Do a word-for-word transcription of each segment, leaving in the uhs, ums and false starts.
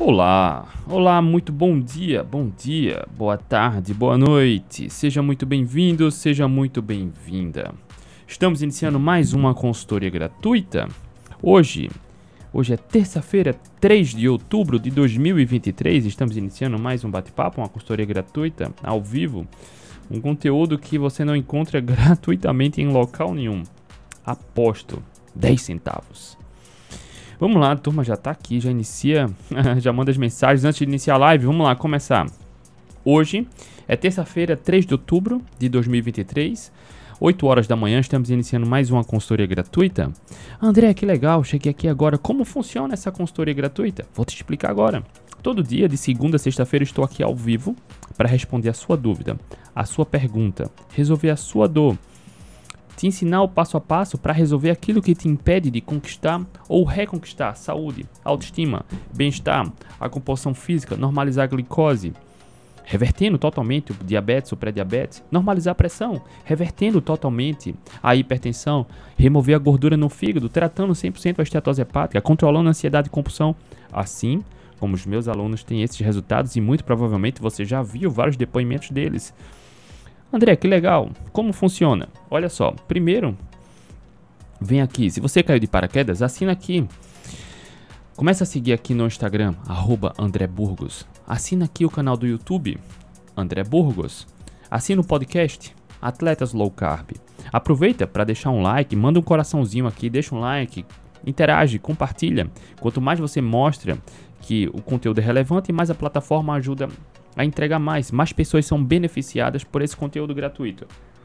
Olá, olá, muito bom dia, bom dia, boa tarde, boa noite, seja muito bem-vindo, seja muito bem-vinda. Estamos iniciando mais uma consultoria gratuita. Hoje, hoje é terça-feira, três de outubro de dois mil e vinte e três, estamos iniciando mais um bate-papo, uma consultoria gratuita, ao vivo, um conteúdo que você não encontra gratuitamente em local nenhum. Aposto, dez centavos. Vamos lá, a turma já tá aqui, já inicia, já manda as mensagens antes de iniciar a live. Vamos lá, começar. Hoje é terça-feira, três de outubro de dois mil e vinte e três, oito horas da manhã, estamos iniciando mais uma consultoria gratuita. André, que legal, cheguei aqui agora. Como funciona essa consultoria gratuita? Vou te explicar agora. Todo dia, de segunda a sexta-feira, estou aqui ao vivo para responder a sua dúvida, a sua pergunta, resolver a sua dor. Te ensinar o passo a passo para resolver aquilo que te impede de conquistar ou reconquistar saúde, autoestima, bem-estar, a composição física, normalizar a glicose, revertendo totalmente o diabetes ou pré-diabetes, normalizar a pressão, revertendo totalmente a hipertensão, remover a gordura no fígado, tratando cem por cento a esteatose hepática, controlando a ansiedade e compulsão. Assim como os meus alunos têm esses resultados e muito provavelmente você já viu vários depoimentos deles. André, que legal. Como funciona? Olha só, primeiro, vem aqui. Se você caiu de paraquedas, assina aqui. Começa a seguir aqui no Instagram, arroba André Burgos. Assina aqui o canal do YouTube, André Burgos. Assina o podcast, Atletas Low Carb. Aproveita para deixar um like, manda um coraçãozinho aqui, deixa um like, interage, compartilha. Quanto mais você mostra que o conteúdo é relevante, mais a plataforma ajuda a entregar mais, mais pessoas são beneficiadas por esse conteúdo gratuito.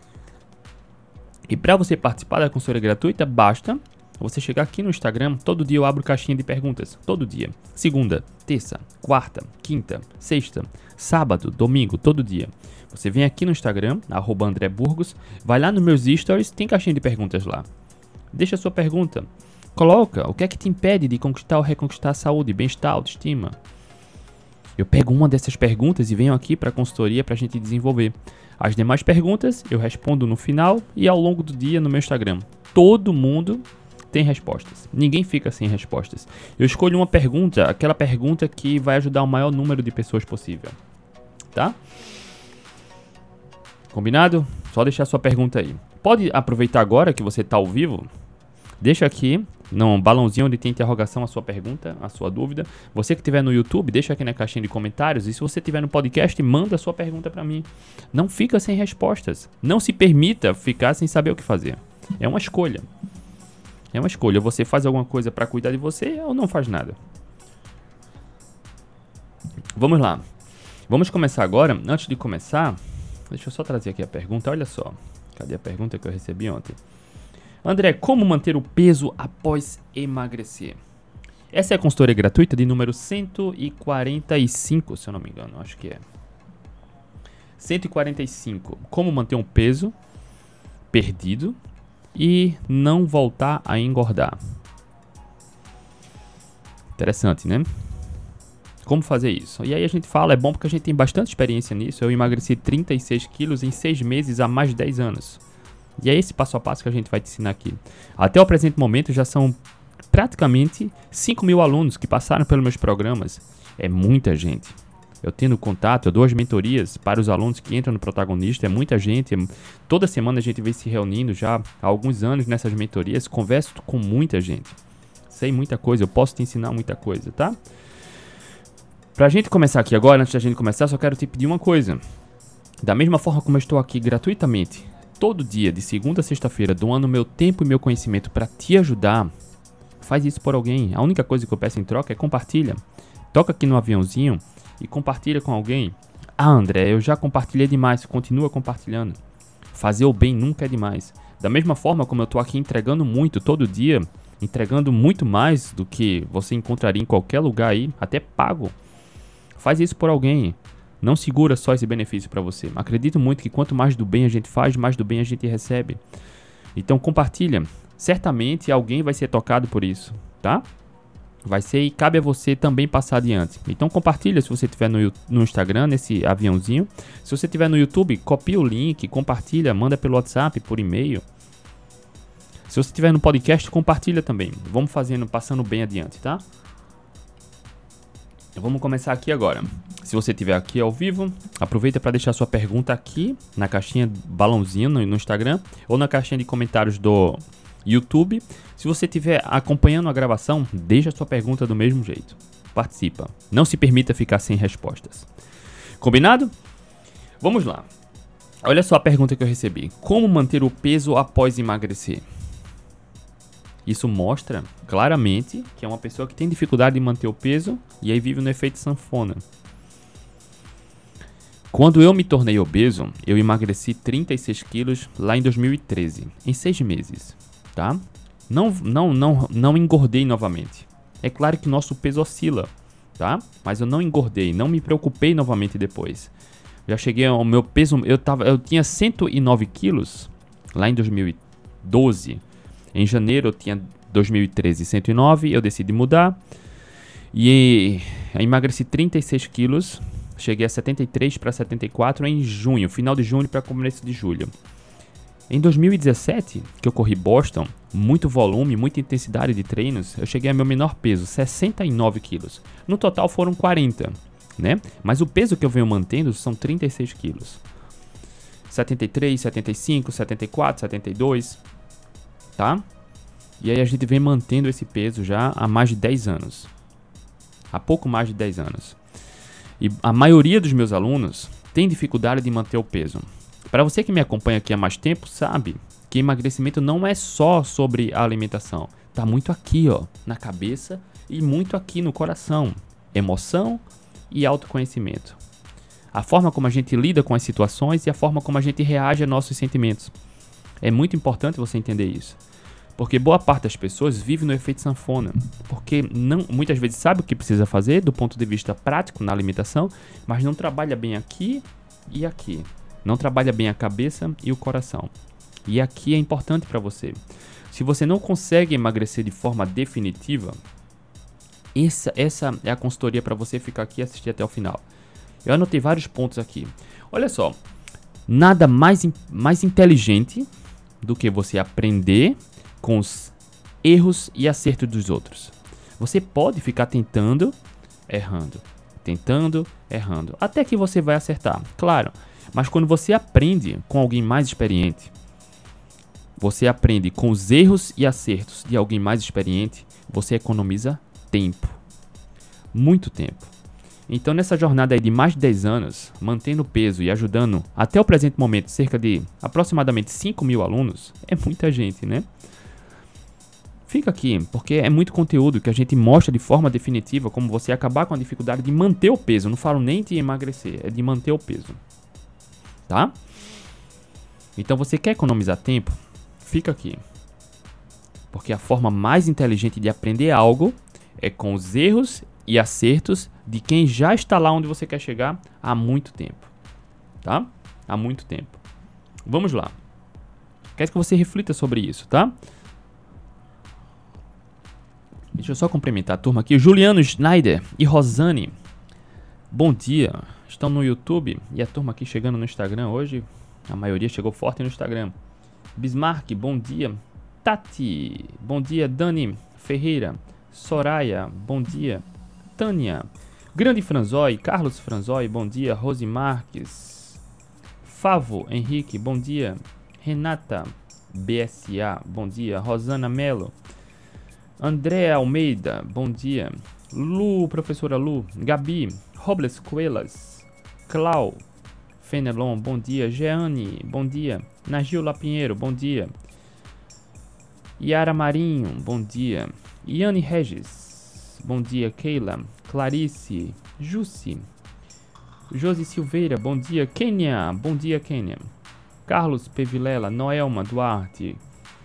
E para você participar da consultoria gratuita, basta você chegar aqui no Instagram. Todo dia eu abro caixinha de perguntas, todo dia, segunda, terça, quarta, quinta, sexta, sábado, domingo, todo dia. Você vem aqui no Instagram, arroba André Burgos, vai lá nos meus stories, tem caixinha de perguntas lá. Deixa a sua pergunta, coloca o que é que te impede de conquistar ou reconquistar a saúde, bem-estar, autoestima. Eu pego uma dessas perguntas e venho aqui para a consultoria para a gente desenvolver. As demais perguntas eu respondo no final e ao longo do dia no meu Instagram. Todo mundo tem respostas. Ninguém fica sem respostas. Eu escolho uma pergunta, aquela pergunta que vai ajudar o maior número de pessoas possível. Tá? Combinado? Só deixar sua pergunta aí. Pode aproveitar agora que você está ao vivo. Deixa aqui no balãozinho onde tem interrogação a sua pergunta, a sua dúvida. Você que estiver no YouTube, deixa aqui na caixinha de comentários. E se você estiver no podcast, manda a sua pergunta para mim. Não fica sem respostas. Não se permita ficar sem saber o que fazer. É uma escolha. É uma escolha. Você faz alguma coisa para cuidar de você ou não faz nada. Vamos lá. Vamos começar agora. Antes de começar, deixa eu só trazer aqui a pergunta. Olha só. Cadê a pergunta que eu recebi ontem? André, como manter o peso após emagrecer? Essa é a consultoria gratuita de número cento e quarenta e cinco, se eu não me engano, acho que é. cento e quarenta e cinco. Como manter um peso perdido e não voltar a engordar. Interessante, né? Como fazer isso? E aí a gente fala, é bom porque a gente tem bastante experiência nisso. Eu emagreci trinta e seis quilos em seis meses há mais de dez anos. E é esse passo a passo que a gente vai te ensinar aqui. Até o presente momento já são praticamente cinco mil alunos que passaram pelos meus programas. É muita gente. Eu tendo contato, eu dou as mentorias para os alunos que entram no protagonista. É muita gente. Toda semana a gente vem se reunindo já há alguns anos nessas mentorias. Converso com muita gente. Sei muita coisa, eu posso te ensinar muita coisa, tá? Pra gente começar aqui agora, antes da gente começar, só quero te pedir uma coisa. Da mesma forma como eu estou aqui gratuitamente, todo dia, de segunda a sexta-feira, doando meu tempo e meu conhecimento para te ajudar, faz isso por alguém. A única coisa que eu peço em troca é compartilha. Toca aqui no aviãozinho e compartilha com alguém. Ah, André, eu já compartilhei demais. Continua compartilhando. Fazer o bem nunca é demais. Da mesma forma como eu estou aqui entregando muito todo dia, entregando muito mais do que você encontraria em qualquer lugar aí, até pago. Faz isso por alguém. Não segura só esse benefício para você. Acredito muito que quanto mais do bem a gente faz, mais do bem a gente recebe. Então compartilha. Certamente alguém vai ser tocado por isso, tá? Vai ser e cabe a você também passar adiante. Então compartilha se você estiver no, no Instagram, nesse aviãozinho. Se você estiver no YouTube, copia o link, compartilha, manda pelo WhatsApp, por e-mail. Se você estiver no podcast, compartilha também. Vamos fazendo, passando bem adiante, tá? Vamos começar aqui agora. Se você estiver aqui ao vivo, aproveita para deixar sua pergunta aqui na caixinha balãozinho no, no Instagram ou na caixinha de comentários do YouTube. Se você estiver acompanhando a gravação, deixa sua pergunta do mesmo jeito. Participa. Não se permita ficar sem respostas. Combinado? Vamos lá. Olha só a pergunta que eu recebi. Como manter o peso após emagrecer? Isso mostra claramente que é uma pessoa que tem dificuldade de manter o peso e aí vive no efeito sanfona. Quando eu me tornei obeso, eu emagreci trinta e seis quilos lá em dois mil e treze, em seis meses, tá? Não, não, não, não engordei novamente. É claro que nosso peso oscila, tá? Mas eu não engordei, não me preocupei novamente depois. Já cheguei ao meu peso, eu, tava, eu tinha cento e nove quilos lá em dois mil e doze. Em janeiro eu tinha dois mil e treze cento e nove, eu decidi mudar e emagreci trinta e seis quilos, cheguei a setenta e três para setenta e quatro em junho, final de junho para começo de julho. Em dois mil e dezessete, que eu corri Boston, muito volume, muita intensidade de treinos, eu cheguei a meu menor peso, sessenta e nove quilos. No total foram quarenta, né? Mas o peso que eu venho mantendo são trinta e seis quilos. setenta e três, setenta e cinco, setenta e quatro, setenta e dois... tá? E aí a gente vem mantendo esse peso já há mais de dez anos. Há pouco mais de dez anos. E a maioria dos meus alunos tem dificuldade de manter o peso. Para você que me acompanha aqui há mais tempo, sabe que emagrecimento não é só sobre a alimentação. Tá muito aqui, ó, na cabeça e muito aqui no coração. Emoção e autoconhecimento. A forma como a gente lida com as situações e a forma como a gente reage a nossos sentimentos. É muito importante você entender isso. Porque boa parte das pessoas vive no efeito sanfona. Porque não, muitas vezes sabe o que precisa fazer do ponto de vista prático na alimentação, mas não trabalha bem aqui e aqui. Não trabalha bem a cabeça e o coração. E aqui é importante para você. Se você não consegue emagrecer de forma definitiva, essa, essa é a consultoria para você ficar aqui e assistir até o final. Eu anotei vários pontos aqui. Olha só. Nada mais, mais inteligente do que você aprender com os erros e acertos dos outros. Você pode ficar tentando, errando, tentando, errando, até que você vai acertar, claro. Mas quando você aprende com alguém mais experiente, você aprende com os erros e acertos de alguém mais experiente, você economiza tempo, muito tempo. Então, nessa jornada aí de mais de dez anos, mantendo peso e ajudando até o presente momento cerca de aproximadamente cinco mil alunos, é muita gente, né? Fica aqui, porque é muito conteúdo que a gente mostra de forma definitiva como você acabar com a dificuldade de manter o peso. Não falo nem de emagrecer, é de manter o peso, tá? Então, você quer economizar tempo? Fica aqui. Porque a forma mais inteligente de aprender algo é com os erros e acertos de quem já está lá onde você quer chegar há muito tempo, tá? Há muito tempo. Vamos lá. Quero que você reflita sobre isso, tá? Deixa eu só cumprimentar a turma aqui. Juliano Schneider e Rosane, bom dia. Estão no YouTube e a turma aqui chegando no Instagram hoje. A maioria chegou forte no Instagram. Bismarck, bom dia. Tati, bom dia. Dani Ferreira, Soraya, bom dia. Tânia, Grande Franzói, Carlos Franzói, bom dia. Rose Marques, Favo Henrique, bom dia. Renata B S A, bom dia. Rosana Melo, André Almeida, bom dia. Lu, professora Lu, Gabi, Robles Coelas, Clau, Fenelon, bom dia. Jeane, bom dia. Nagila Pinheiro, bom dia. Yara Marinho, bom dia. Iane Regis, bom dia. Keila, Clarice, Jussi, Josi Silveira, bom dia. Kênia, bom dia, Kênia. Carlos P. Vilela, Noelma Duarte,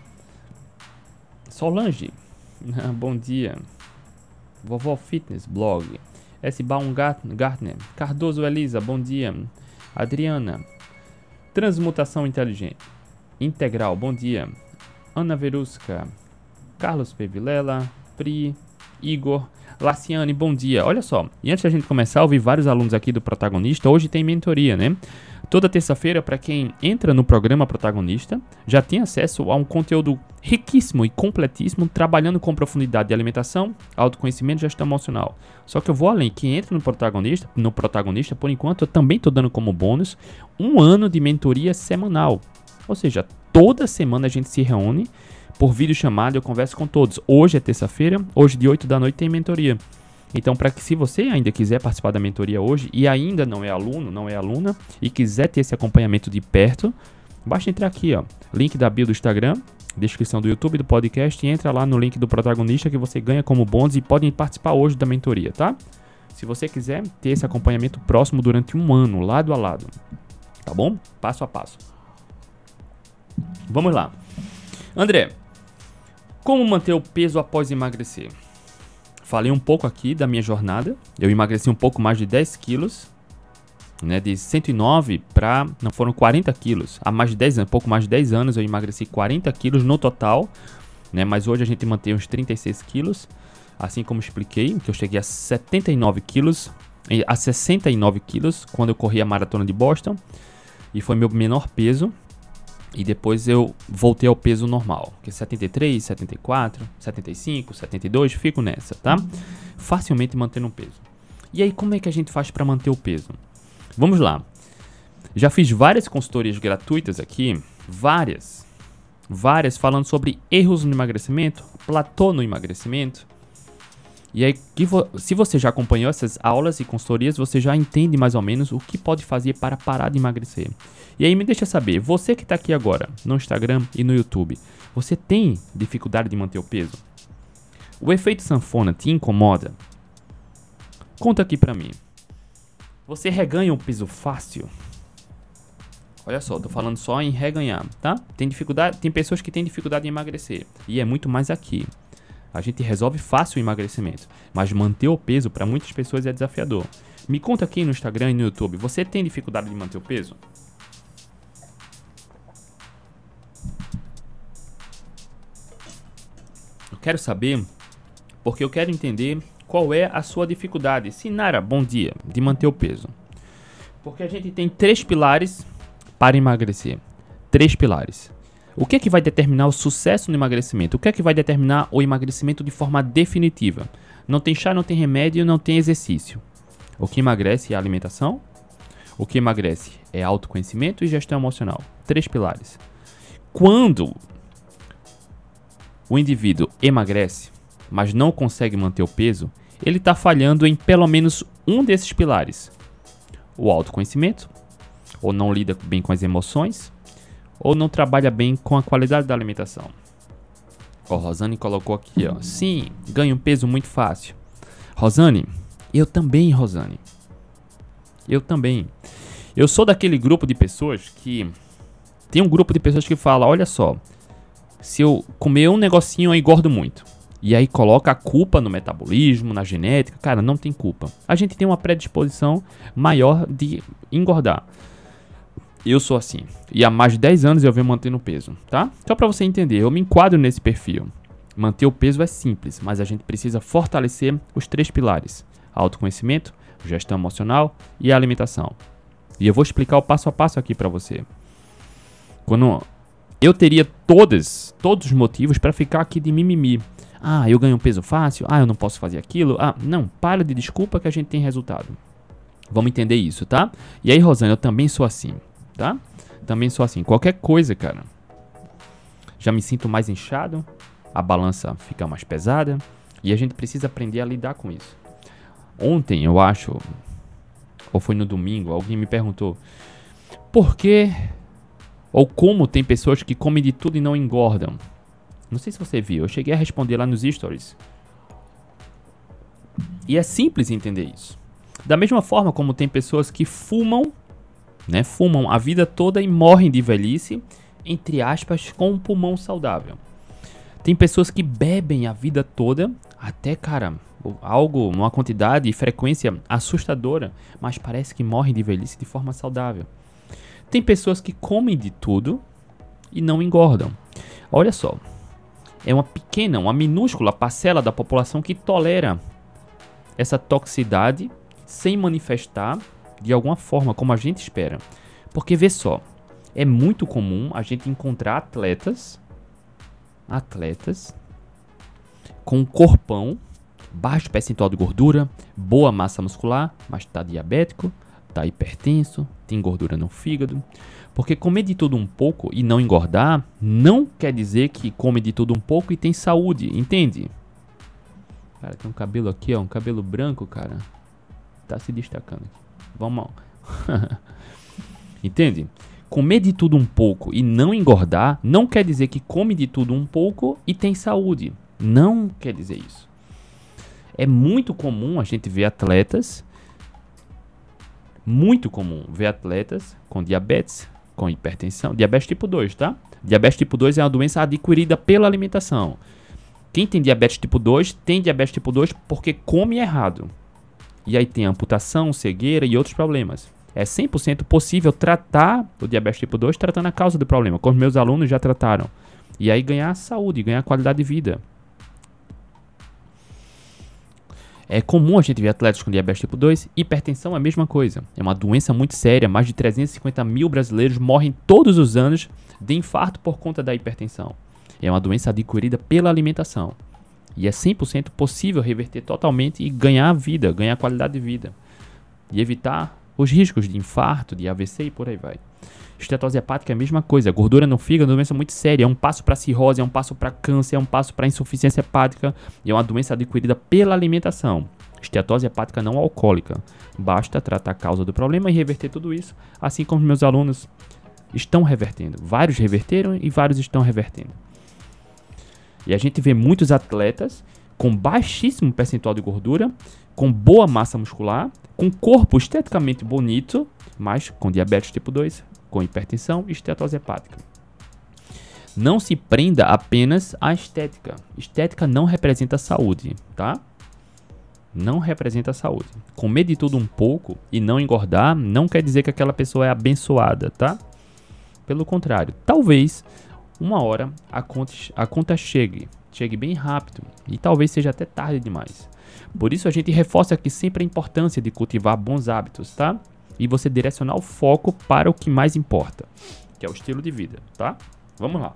Solange, bom dia. Vovó Fitness Blog, S. Baumgartner, Cardoso Elisa, bom dia. Adriana, Transmutação Inteligente, Integral, bom dia. Ana Verusca, Carlos P. Vilela, Pri, Igor, Laciane, bom dia. Olha só, e antes da gente começar, eu vi vários alunos aqui do protagonista. Hoje tem mentoria, né? Toda terça-feira, para quem entra no programa Protagonista, já tem acesso a um conteúdo riquíssimo e completíssimo, trabalhando com profundidade de alimentação, autoconhecimento e gestão emocional. Só que eu vou além, quem entra no Protagonista, no Protagonista, por enquanto, eu também estou dando como bônus um ano de mentoria semanal. Ou seja, toda semana a gente se reúne por videochamada, eu converso com todos. Hoje é terça-feira, hoje de oito da noite tem mentoria. Então, para que se você ainda quiser participar da mentoria hoje e ainda não é aluno, não é aluna e quiser ter esse acompanhamento de perto, basta entrar aqui, ó, link da bio do Instagram, descrição do YouTube, do podcast, e entra lá no link do Protagonista que você ganha como bônus e podem participar hoje da mentoria, tá? Se você quiser ter esse acompanhamento próximo durante um ano, lado a lado, tá bom? Passo a passo. Vamos lá. André, como manter o peso após emagrecer? Falei um pouco aqui da minha jornada. Eu emagreci um pouco mais de dez quilos, né, de cento e nove para, não, foram quarenta quilos. Há mais de dez anos, pouco mais de dez anos eu emagreci quarenta quilos no total, né, mas hoje a gente mantém uns trinta e seis quilos, assim como expliquei, que eu cheguei a setenta e nove quilos, a sessenta e nove quilos quando eu corri a maratona de Boston, e foi meu menor peso. E depois eu voltei ao peso normal, que é setenta e três, setenta e quatro, setenta e cinco, setenta e dois, fico nessa, tá? Facilmente mantendo o peso. E aí, como é que a gente faz para manter o peso? Vamos lá. Já fiz várias consultorias gratuitas aqui, várias, várias falando sobre erros no emagrecimento, platô no emagrecimento. E aí, se você já acompanhou essas aulas e consultorias, você já entende mais ou menos o que pode fazer para parar de emagrecer. E aí me deixa saber, você que está aqui agora no Instagram e no YouTube, você tem dificuldade de manter o peso? O efeito sanfona te incomoda? Conta aqui pra mim. Você reganha o peso fácil? Olha só, tô falando só em reganhar, tá? Tem dificuldade, tem pessoas que têm dificuldade em emagrecer, e é muito mais aqui. A gente resolve fácil o emagrecimento, mas manter o peso para muitas pessoas é desafiador. Me conta aqui no Instagram e no YouTube, você tem dificuldade de manter o peso? Eu quero saber, porque eu quero entender qual é a sua dificuldade. Sinara, bom dia, de manter o peso. Porque a gente tem três pilares para emagrecer. Três pilares. O que é que vai determinar o sucesso no emagrecimento? O que é que vai determinar o emagrecimento de forma definitiva? Não tem chá, não tem remédio, não tem exercício. O que emagrece é a alimentação. O que emagrece é autoconhecimento e gestão emocional. Três pilares. Quando o indivíduo emagrece, mas não consegue manter o peso, ele está falhando em pelo menos um desses pilares. O autoconhecimento, ou não lida bem com as emoções, ou não trabalha bem com a qualidade da alimentação. Ó, Rosane colocou aqui, ó. Sim, ganho peso muito fácil. Rosane, eu também, Rosane. Eu também. Eu sou daquele grupo de pessoas que... Tem um grupo de pessoas que fala, olha só, se eu comer um negocinho eu engordo muito. E aí coloca a culpa no metabolismo, na genética. Cara, não tem culpa. A gente tem uma predisposição maior de engordar. Eu sou assim. E há mais de dez anos eu venho mantendo o peso, tá? Só pra você entender, eu me enquadro nesse perfil. Manter o peso é simples, mas a gente precisa fortalecer os três pilares. Autoconhecimento, gestão emocional e a alimentação. E eu vou explicar o passo a passo aqui pra você. Quando eu teria todas, todos os motivos pra ficar aqui de mimimi. Ah, eu ganho peso fácil. Ah, eu não posso fazer aquilo. Ah, não, para de desculpa que a gente tem resultado. Vamos entender isso, tá? E aí, Rosana, eu também sou assim. Tá? Também sou assim. Qualquer coisa, cara. Já me sinto mais inchado. A balança fica mais pesada. E a gente precisa aprender a lidar com isso. Ontem, eu acho, ou foi no domingo, alguém me perguntou por que ou como tem pessoas que comem de tudo e não engordam. Não sei se você viu. Eu cheguei a responder lá nos stories. E é simples entender isso. Da mesma forma como tem pessoas que fumam Né, fumam a vida toda e morrem de velhice, entre aspas, com um pulmão saudável. Tem pessoas que bebem a vida toda, até, cara, algo, uma quantidade e frequência assustadora, mas parece que morrem de velhice de forma saudável. Tem pessoas que comem de tudo e não engordam. Olha só, é uma pequena, uma minúscula parcela da população que tolera essa toxicidade sem manifestar de alguma forma, como a gente espera. Porque vê só, é muito comum a gente encontrar atletas, atletas com um corpão, baixo percentual de gordura, boa massa muscular, mas tá diabético, tá hipertenso, tem gordura no fígado. Porque comer de tudo um pouco e não engordar não quer dizer que come de tudo um pouco e tem saúde, entende? Cara, tem um cabelo aqui, ó, um cabelo branco, cara. Tá se destacando aqui. Vamos lá. Entende? Comer de tudo um pouco e não engordar não quer dizer que come de tudo um pouco e tem saúde. Não quer dizer isso. É muito comum a gente ver atletas, muito comum ver atletas com diabetes, com hipertensão, diabetes tipo dois, tá? Diabetes tipo dois é uma doença adquirida pela alimentação. Quem tem diabetes tipo dois, tem diabetes tipo dois porque come errado. E aí tem amputação, cegueira e outros problemas. É cem por cento possível tratar o diabetes tipo dois tratando a causa do problema, como meus alunos já trataram. E aí ganhar saúde, ganhar qualidade de vida. É comum a gente ver atletas com diabetes tipo dois. Hipertensão é a mesma coisa. É uma doença muito séria. Mais de trezentos e cinquenta mil brasileiros morrem todos os anos de infarto por conta da hipertensão. É uma doença adquirida pela alimentação. E é cem por cento possível reverter totalmente e ganhar vida, ganhar qualidade de vida. E evitar os riscos de infarto, de A V C e por aí vai. Estetose hepática é a mesma coisa. Gordura no fígado é uma doença muito séria. É um passo para cirrose, é um passo para câncer, é um passo para insuficiência hepática. E é uma doença adquirida pela alimentação. Estetose hepática não alcoólica. Basta tratar a causa do problema e reverter tudo isso, assim como meus alunos estão revertendo. Vários reverteram e vários estão revertendo. E a gente vê muitos atletas com baixíssimo percentual de gordura, com boa massa muscular, com corpo esteticamente bonito, mas com diabetes tipo dois, com hipertensão e estetose hepática. Não se prenda apenas à estética. Estética não representa saúde, tá? Não representa saúde. Comer de tudo um pouco e não engordar não quer dizer que aquela pessoa é abençoada, tá? Pelo contrário, talvez uma hora a conta, a conta chegue, chegue bem rápido e talvez seja até tarde demais. Por isso a gente reforça aqui sempre a importância de cultivar bons hábitos, tá? E você direcionar o foco para o que mais importa, que é o estilo de vida, tá? Vamos lá.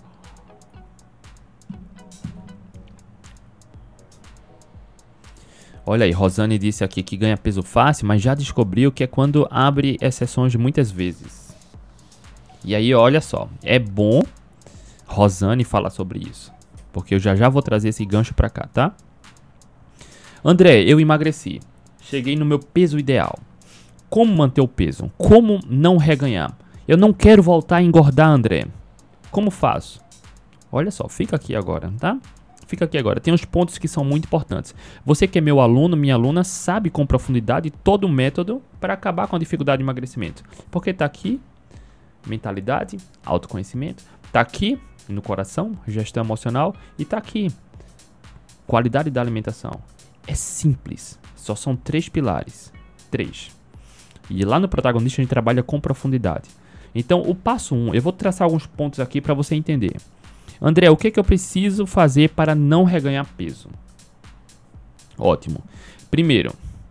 Olha aí, Rosane disse aqui que ganha peso fácil, mas já descobriu que é quando abre exceções muitas vezes. E aí, olha só, é bom Rosane falar sobre isso, porque eu já já vou trazer esse gancho pra cá, tá? André, eu emagreci, cheguei no meu peso ideal. Como manter o peso? Como não reganhar? Eu não quero voltar a engordar, André. Como faço? Olha só, fica aqui agora, tá? Fica aqui agora. Tem uns pontos que são muito importantes. Você que é meu aluno, minha aluna, sabe com profundidade todo o método para acabar com a dificuldade de emagrecimento. Porque tá aqui, mentalidade, autoconhecimento. Tá aqui, no coração, gestão emocional. E tá aqui, qualidade da alimentação. É simples. Só são três pilares. Três. E lá no protagonista a gente trabalha com profundidade. Então, o passo um, eu vou traçar alguns pontos aqui para você entender. André, o que, que eu preciso fazer para não reganhar peso? Ótimo. Primeiro,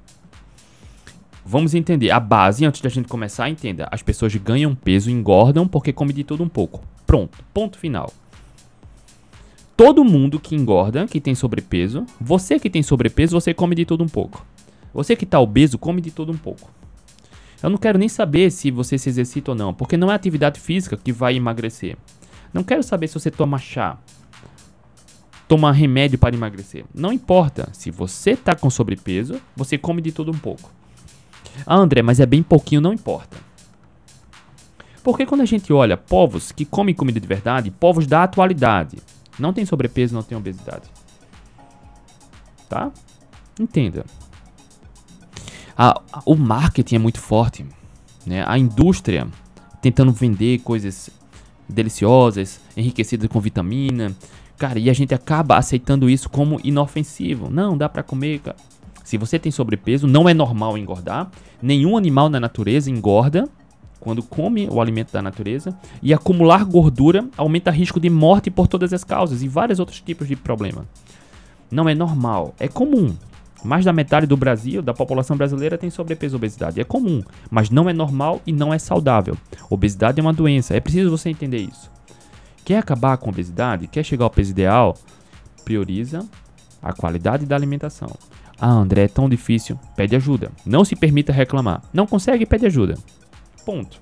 vamos entender a base antes da gente começar. Entenda, as pessoas ganham peso, engordam porque comem de tudo um pouco. Pronto, ponto final. Todo mundo que engorda, que tem sobrepeso, você que tem sobrepeso, você come de tudo um pouco. Você que está obeso, come de tudo um pouco. Eu não quero nem saber se você se exercita ou não, porque não é a atividade física que vai emagrecer. Não quero saber se você toma chá, toma remédio para emagrecer. Não importa. Se você está com sobrepeso, você come de tudo um pouco. Ah, André, mas é bem pouquinho, não importa. Porque quando a gente olha povos que comem comida de verdade, povos da atualidade, não tem sobrepeso, não tem obesidade. Tá? Entenda. A, a, o marketing é muito forte, né? A indústria tentando vender coisas deliciosas, enriquecidas com vitamina. Cara, e a gente acaba aceitando isso como inofensivo. Não, dá pra comer, cara. Se você tem sobrepeso, não é normal engordar. Nenhum animal na natureza engorda quando come o alimento da natureza. E acumular gordura aumenta o risco de morte por todas as causas e vários outros tipos de problema. Não é normal, é comum. Mais da metade do Brasil, da população brasileira, tem sobrepeso e obesidade. É comum, mas não é normal e não é saudável. Obesidade é uma doença, é preciso você entender isso. Quer acabar com a obesidade? Quer chegar ao peso ideal? Prioriza a qualidade da alimentação. Ah, André, é tão difícil. Pede ajuda. Não se permita reclamar. Não consegue? Pede ajuda. Ponto.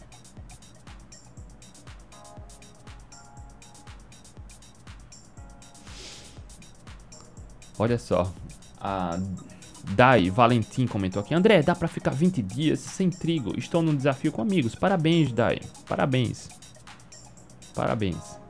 Olha só. A Dai Valentim comentou aqui. André, dá pra ficar vinte dias sem trigo. Estou num desafio com amigos. Parabéns, Dai. Parabéns. Parabéns.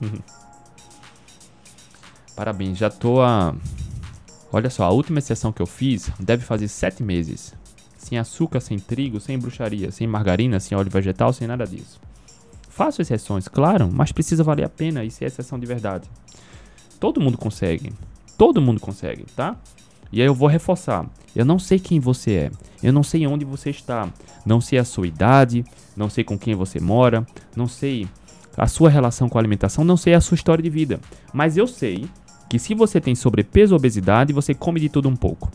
Parabéns. Já tô a... Olha só, a última sessão que eu fiz deve fazer sete meses. Sem açúcar, sem trigo, sem bruxaria, sem margarina, sem óleo vegetal, sem nada disso. Faço exceções, claro, mas precisa valer a pena e ser exceção de verdade. Todo mundo consegue. Todo mundo consegue, tá? E aí eu vou reforçar. Eu não sei quem você é. Eu não sei onde você está. Não sei a sua idade. Não sei com quem você mora. Não sei a sua relação com a alimentação. Não sei a sua história de vida. Mas eu sei que se você tem sobrepeso ou obesidade, você come de tudo um pouco.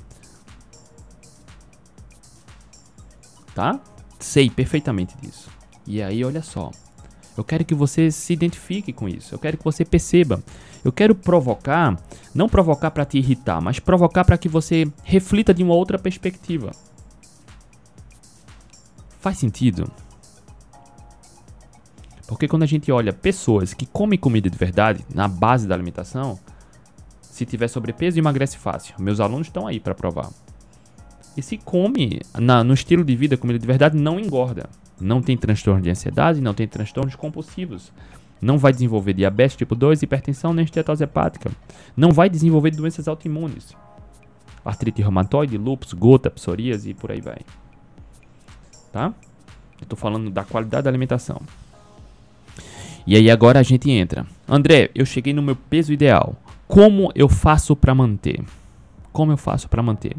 Tá? Sei perfeitamente disso. E aí, olha só. Eu quero que você se identifique com isso. Eu quero que você perceba. Eu quero provocar, não provocar para te irritar, mas provocar para que você reflita de uma outra perspectiva. Faz sentido? Porque quando a gente olha pessoas que comem comida de verdade, na base da alimentação, se tiver sobrepeso, emagrece fácil. Meus alunos estão aí para provar. E se come na, no estilo de vida, comida de verdade, não engorda. Não tem transtorno de ansiedade, não tem transtornos compulsivos. Não vai desenvolver diabetes tipo dois, hipertensão, nem esteatose hepática. Não vai desenvolver doenças autoimunes. Artrite reumatoide, lúpus, gota, psoríase e por aí vai. Tá? Eu tô falando da qualidade da alimentação. E aí agora a gente entra. André, eu cheguei no meu peso ideal. Como eu faço para manter? Como eu faço para manter?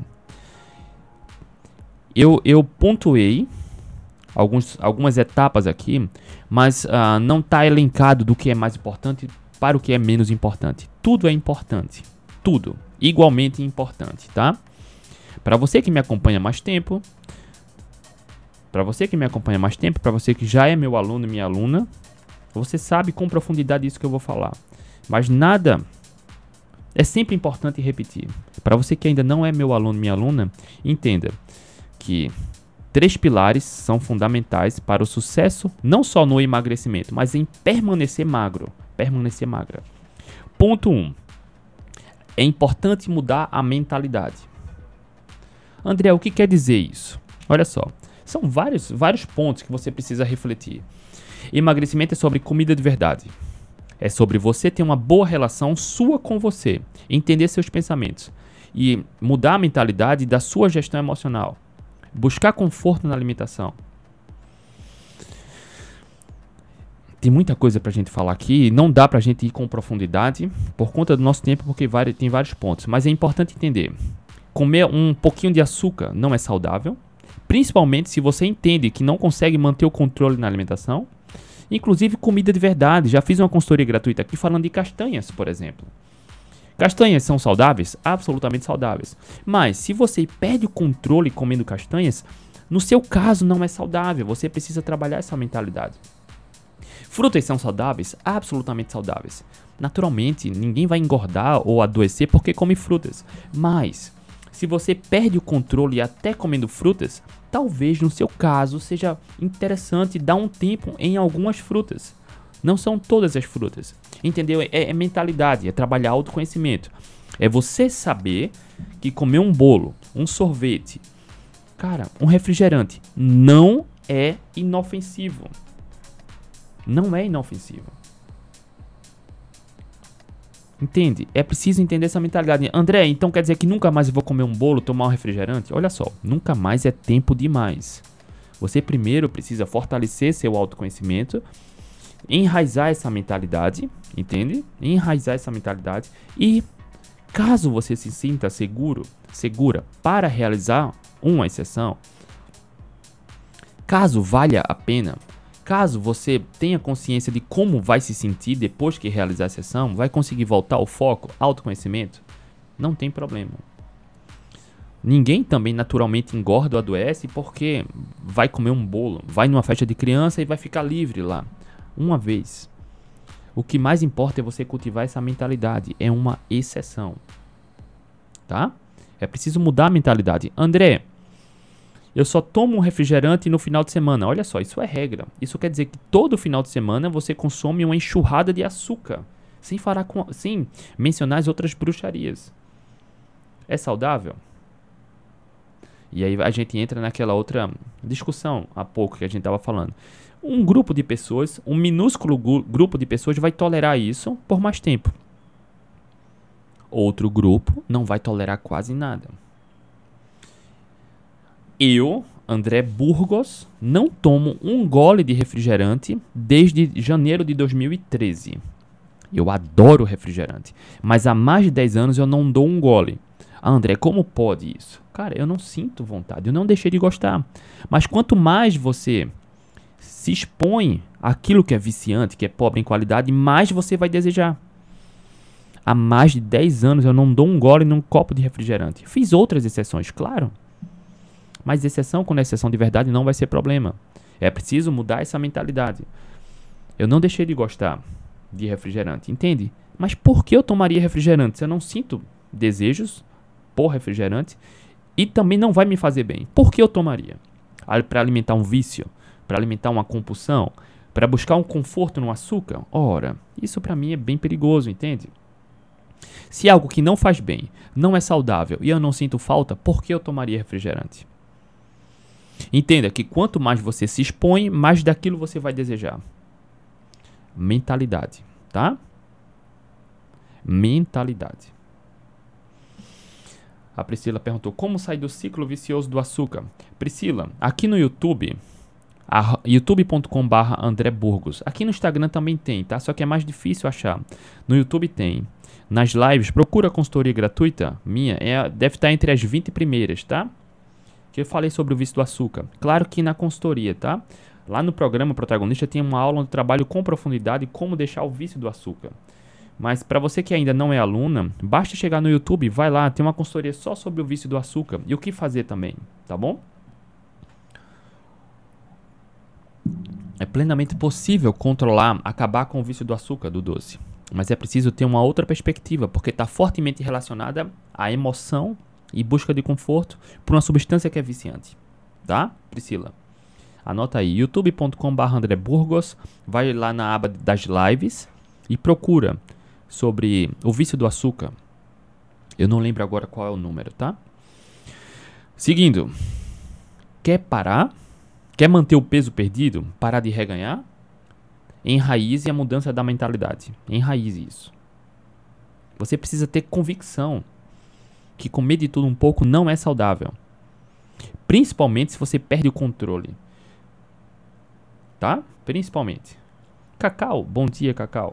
Eu, eu pontuei alguns, algumas etapas aqui, mas uh, não está elencado do que é mais importante para o que é menos importante. Tudo é importante. Tudo. Igualmente importante, tá? Para você que me acompanha mais tempo, para você que me acompanha mais tempo, para você que já é meu aluno e minha aluna, você sabe com profundidade isso que eu vou falar. Mas nada... É sempre importante repetir. Para você que ainda não é meu aluno, minha aluna, entenda que três pilares são fundamentais para o sucesso, não só no emagrecimento, mas em permanecer magro. Permanecer magra. Ponto um. É importante mudar a mentalidade. André, o que quer dizer isso? Olha só. São vários, vários pontos que você precisa refletir. Emagrecimento é sobre comida de verdade. É sobre você ter uma boa relação sua com você, entender seus pensamentos e mudar a mentalidade da sua gestão emocional. Buscar conforto na alimentação. Tem muita coisa pra gente falar aqui, não dá pra gente ir com profundidade por conta do nosso tempo, porque tem vários pontos. Mas é importante entender, comer um pouquinho de açúcar não é saudável, principalmente se você entende que não consegue manter o controle na alimentação. Inclusive comida de verdade. Já fiz uma consultoria gratuita aqui falando de castanhas, por exemplo. Castanhas são saudáveis? Absolutamente saudáveis. Mas se você perde o controle comendo castanhas, no seu caso não é saudável. Você precisa trabalhar essa mentalidade. Frutas são saudáveis? Absolutamente saudáveis. Naturalmente, ninguém vai engordar ou adoecer porque come frutas. Mas se você perde o controle até comendo frutas, talvez no seu caso seja interessante dar um tempo em algumas frutas. Não são todas as frutas. Entendeu? É, é mentalidade, é trabalhar autoconhecimento. É você saber que comer um bolo, um sorvete, cara, um refrigerante não é inofensivo. Não é inofensivo. Entende? É preciso entender essa mentalidade. André, então quer dizer que nunca mais eu vou comer um bolo, tomar um refrigerante? Olha só, nunca mais é tempo demais. Você primeiro precisa fortalecer seu autoconhecimento, enraizar essa mentalidade, entende? Enraizar essa mentalidade e caso você se sinta seguro, segura para realizar uma exceção, caso valha a pena, caso você tenha consciência de como vai se sentir depois que realizar a sessão, vai conseguir voltar ao foco, autoconhecimento, não tem problema. Ninguém também naturalmente engorda ou adoece porque vai comer um bolo, vai numa festa de criança e vai ficar livre lá, uma vez. O que mais importa é você cultivar essa mentalidade, é uma exceção, tá? É preciso mudar a mentalidade. André, eu só tomo um refrigerante no final de semana. Olha só, isso é regra. Isso quer dizer que todo final de semana você consome uma enxurrada de açúcar, sem, falar com, sem mencionar as outras bruxarias. É saudável? E aí a gente entra naquela outra discussão há pouco que a gente estava falando. Um grupo de pessoas, um minúsculo grupo de pessoas vai tolerar isso por mais tempo. Outro grupo não vai tolerar quase nada. Eu, André Burgos, não tomo um gole de refrigerante desde janeiro de dois mil e treze. Eu adoro refrigerante, mas há mais de dez anos eu não dou um gole. Ah, André, como pode isso? Cara, eu não sinto vontade, eu não deixei de gostar. Mas quanto mais você se expõe àquilo que é viciante, que é pobre em qualidade, mais você vai desejar. Há mais de dez anos eu não dou um gole num copo de refrigerante. Fiz outras exceções, claro. Mas exceção com exceção de verdade não vai ser problema. É preciso mudar essa mentalidade. Eu não deixei de gostar de refrigerante, entende? Mas por que eu tomaria refrigerante se eu não sinto desejos por refrigerante e também não vai me fazer bem? Por que eu tomaria? Para alimentar um vício? Para alimentar uma compulsão? Para buscar um conforto no açúcar? Ora, isso para mim é bem perigoso, entende? Se é algo que não faz bem, não é saudável e eu não sinto falta, por que eu tomaria refrigerante? Entenda que quanto mais você se expõe, mais daquilo você vai desejar. Mentalidade, tá? Mentalidade. A Priscila perguntou, como sair do ciclo vicioso do açúcar? Priscila, aqui no YouTube, youtube ponto com barra André Burgos. Aqui no Instagram também tem, tá? Só que é mais difícil achar. No YouTube tem. Nas lives, procura a consultoria gratuita minha, é, deve estar entre as vinte primeiras, tá? Que eu falei sobre o vício do açúcar. Claro que na consultoria, tá? Lá no programa Protagonista tem uma aula onde eu trabalho com profundidade como deixar o vício do açúcar. Mas para você que ainda não é aluna, basta chegar no YouTube, vai lá, tem uma consultoria só sobre o vício do açúcar e o que fazer também, tá bom? É plenamente possível controlar, acabar com o vício do açúcar, do doce. Mas é preciso ter uma outra perspectiva, porque está fortemente relacionada à emoção e busca de conforto por uma substância que é viciante. Tá, Priscila? Anota aí, youtube ponto com barra André Burgos, vai lá na aba das lives e procura sobre o vício do açúcar. Eu não lembro agora qual é o número, tá? Seguindo, quer parar? Quer manter o peso perdido? Parar de reganhar? Enraize a mudança da mentalidade. Enraize isso. Você precisa ter convicção que comer de tudo um pouco não é saudável. Principalmente se você perde o controle. Tá? Principalmente. Cacau. Bom dia, Cacau.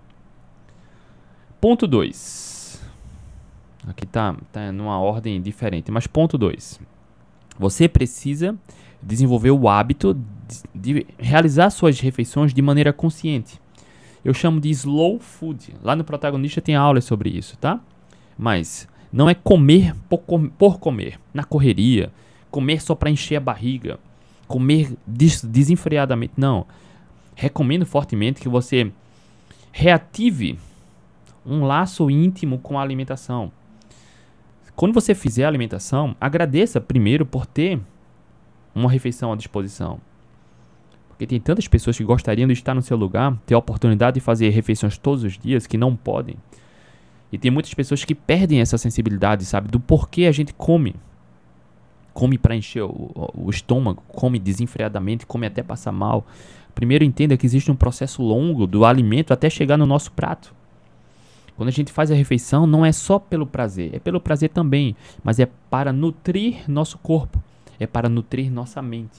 Ponto dois. Aqui tá, tá numa ordem diferente. Mas ponto dois. Você precisa desenvolver o hábito de, de realizar suas refeições de maneira consciente. Eu chamo de slow food. Lá no Protagonista tem aulas sobre isso, tá? Mas não é comer por, por comer, na correria, comer só para encher a barriga, comer des, desenfreadamente, não. Recomendo fortemente que você reative um laço íntimo com a alimentação. Quando você fizer a alimentação, agradeça primeiro por ter uma refeição à disposição. Porque tem tantas pessoas que gostariam de estar no seu lugar, ter a oportunidade de fazer refeições todos os dias, que não podem. E tem muitas pessoas que perdem essa sensibilidade, sabe? Do porquê a gente come. Come para encher o, o estômago, come desenfreadamente, come até passar mal. Primeiro entenda que existe um processo longo do alimento até chegar no nosso prato. Quando a gente faz a refeição, não é só pelo prazer, é pelo prazer também, mas é para nutrir nosso corpo, é para nutrir nossa mente.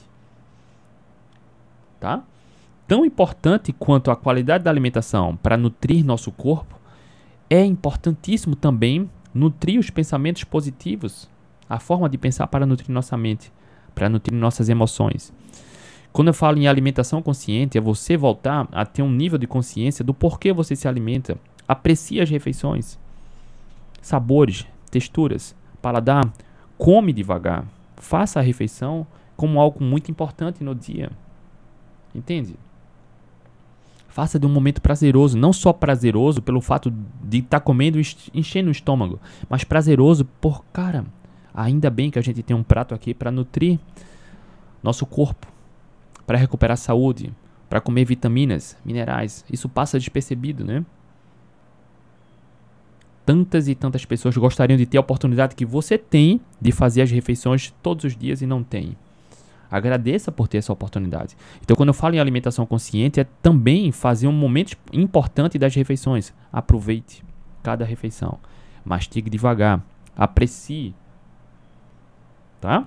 Tá? Tão importante quanto a qualidade da alimentação para nutrir nosso corpo, é importantíssimo também nutrir os pensamentos positivos, a forma de pensar para nutrir nossa mente, para nutrir nossas emoções. Quando eu falo em alimentação consciente, é você voltar a ter um nível de consciência do porquê você se alimenta. Aprecie as refeições, sabores, texturas, paladar, come devagar. Faça a refeição como algo muito importante no dia. Entende? Faça de um momento prazeroso, não só prazeroso pelo fato de estar tá comendo e enchendo o estômago, mas prazeroso por, cara, ainda bem que a gente tem um prato aqui para nutrir nosso corpo, para recuperar a saúde, para comer vitaminas, minerais. Isso passa despercebido, né? Tantas e tantas pessoas gostariam de ter a oportunidade que você tem de fazer as refeições todos os dias e não tem. Agradeça por ter essa oportunidade. Então, quando eu falo em alimentação consciente, é também fazer um momento importante das refeições. Aproveite cada refeição. Mastigue devagar. Aprecie. Tá?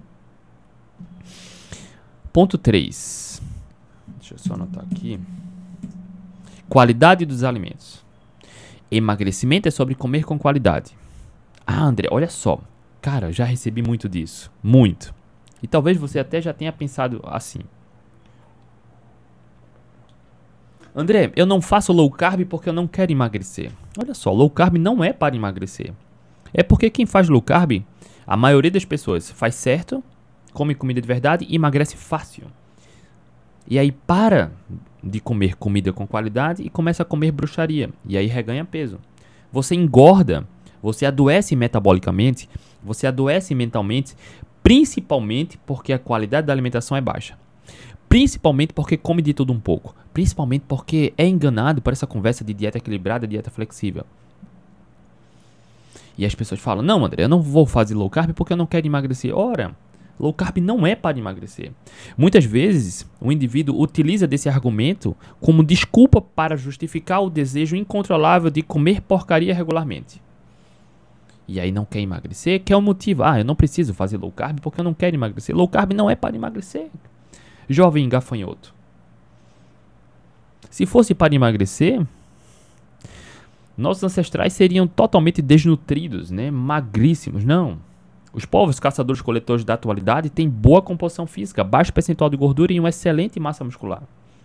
Ponto três. Deixa eu só anotar aqui. Qualidade dos alimentos. Emagrecimento é sobre comer com qualidade. Ah, André, olha só. Cara, já recebi muito disso. Muito. E talvez você até já tenha pensado assim. André, eu não faço low carb porque eu não quero emagrecer. Olha só, low carb não é para emagrecer. É porque quem faz low carb, a maioria das pessoas faz certo, come comida de verdade e emagrece fácil. E aí para de comer comida com qualidade e começa a comer bruxaria. E aí reganha peso. Você engorda, você adoece metabolicamente, você adoece mentalmente, principalmente porque a qualidade da alimentação é baixa. Principalmente porque come de tudo um pouco. Principalmente porque é enganado por essa conversa de dieta equilibrada, dieta flexível. E as pessoas falam, não, André, eu não vou fazer low carb porque eu não quero emagrecer. Ora, low carb não é para emagrecer. Muitas vezes, o indivíduo utiliza desse argumento como desculpa para justificar o desejo incontrolável de comer porcaria regularmente. E aí não quer emagrecer, que é o motivo. Ah, eu não preciso fazer low carb porque eu não quero emagrecer. Low carb não é para emagrecer. Jovem gafanhoto. Se fosse para emagrecer, nossos ancestrais seriam totalmente desnutridos, né? Magríssimos. Não. Os povos caçadores-coletores da atualidade têm boa composição física, baixo percentual de gordura e uma excelente massa muscular.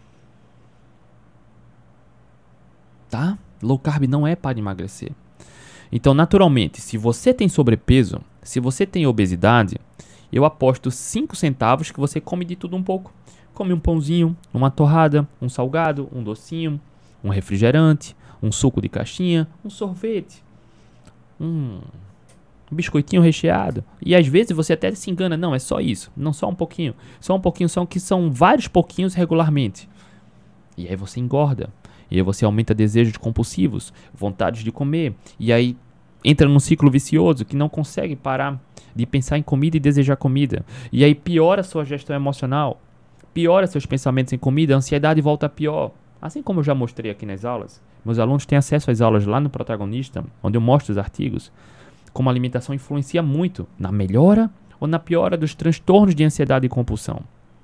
Tá? Low carb não é para emagrecer. Então, naturalmente, se você tem sobrepeso, se você tem obesidade, eu aposto cinco centavos que você come de tudo um pouco. Come um pãozinho, uma torrada, um salgado, um docinho, um refrigerante, um suco de caixinha, um sorvete, um biscoitinho recheado. E às vezes você até se engana, não, é só isso, não só um pouquinho. Só um pouquinho, são que são vários pouquinhos regularmente. E aí você engorda. E aí você aumenta desejos compulsivos, vontades de comer. E aí entra num ciclo vicioso que não consegue parar de pensar em comida e desejar comida. E aí piora a sua gestão emocional, piora seus pensamentos em comida, a ansiedade volta pior. Assim como eu já mostrei aqui nas aulas, meus alunos têm acesso às aulas lá no Protagonista, onde eu mostro os artigos, como a alimentação influencia muito na melhora ou na piora dos transtornos de ansiedade e compulsão.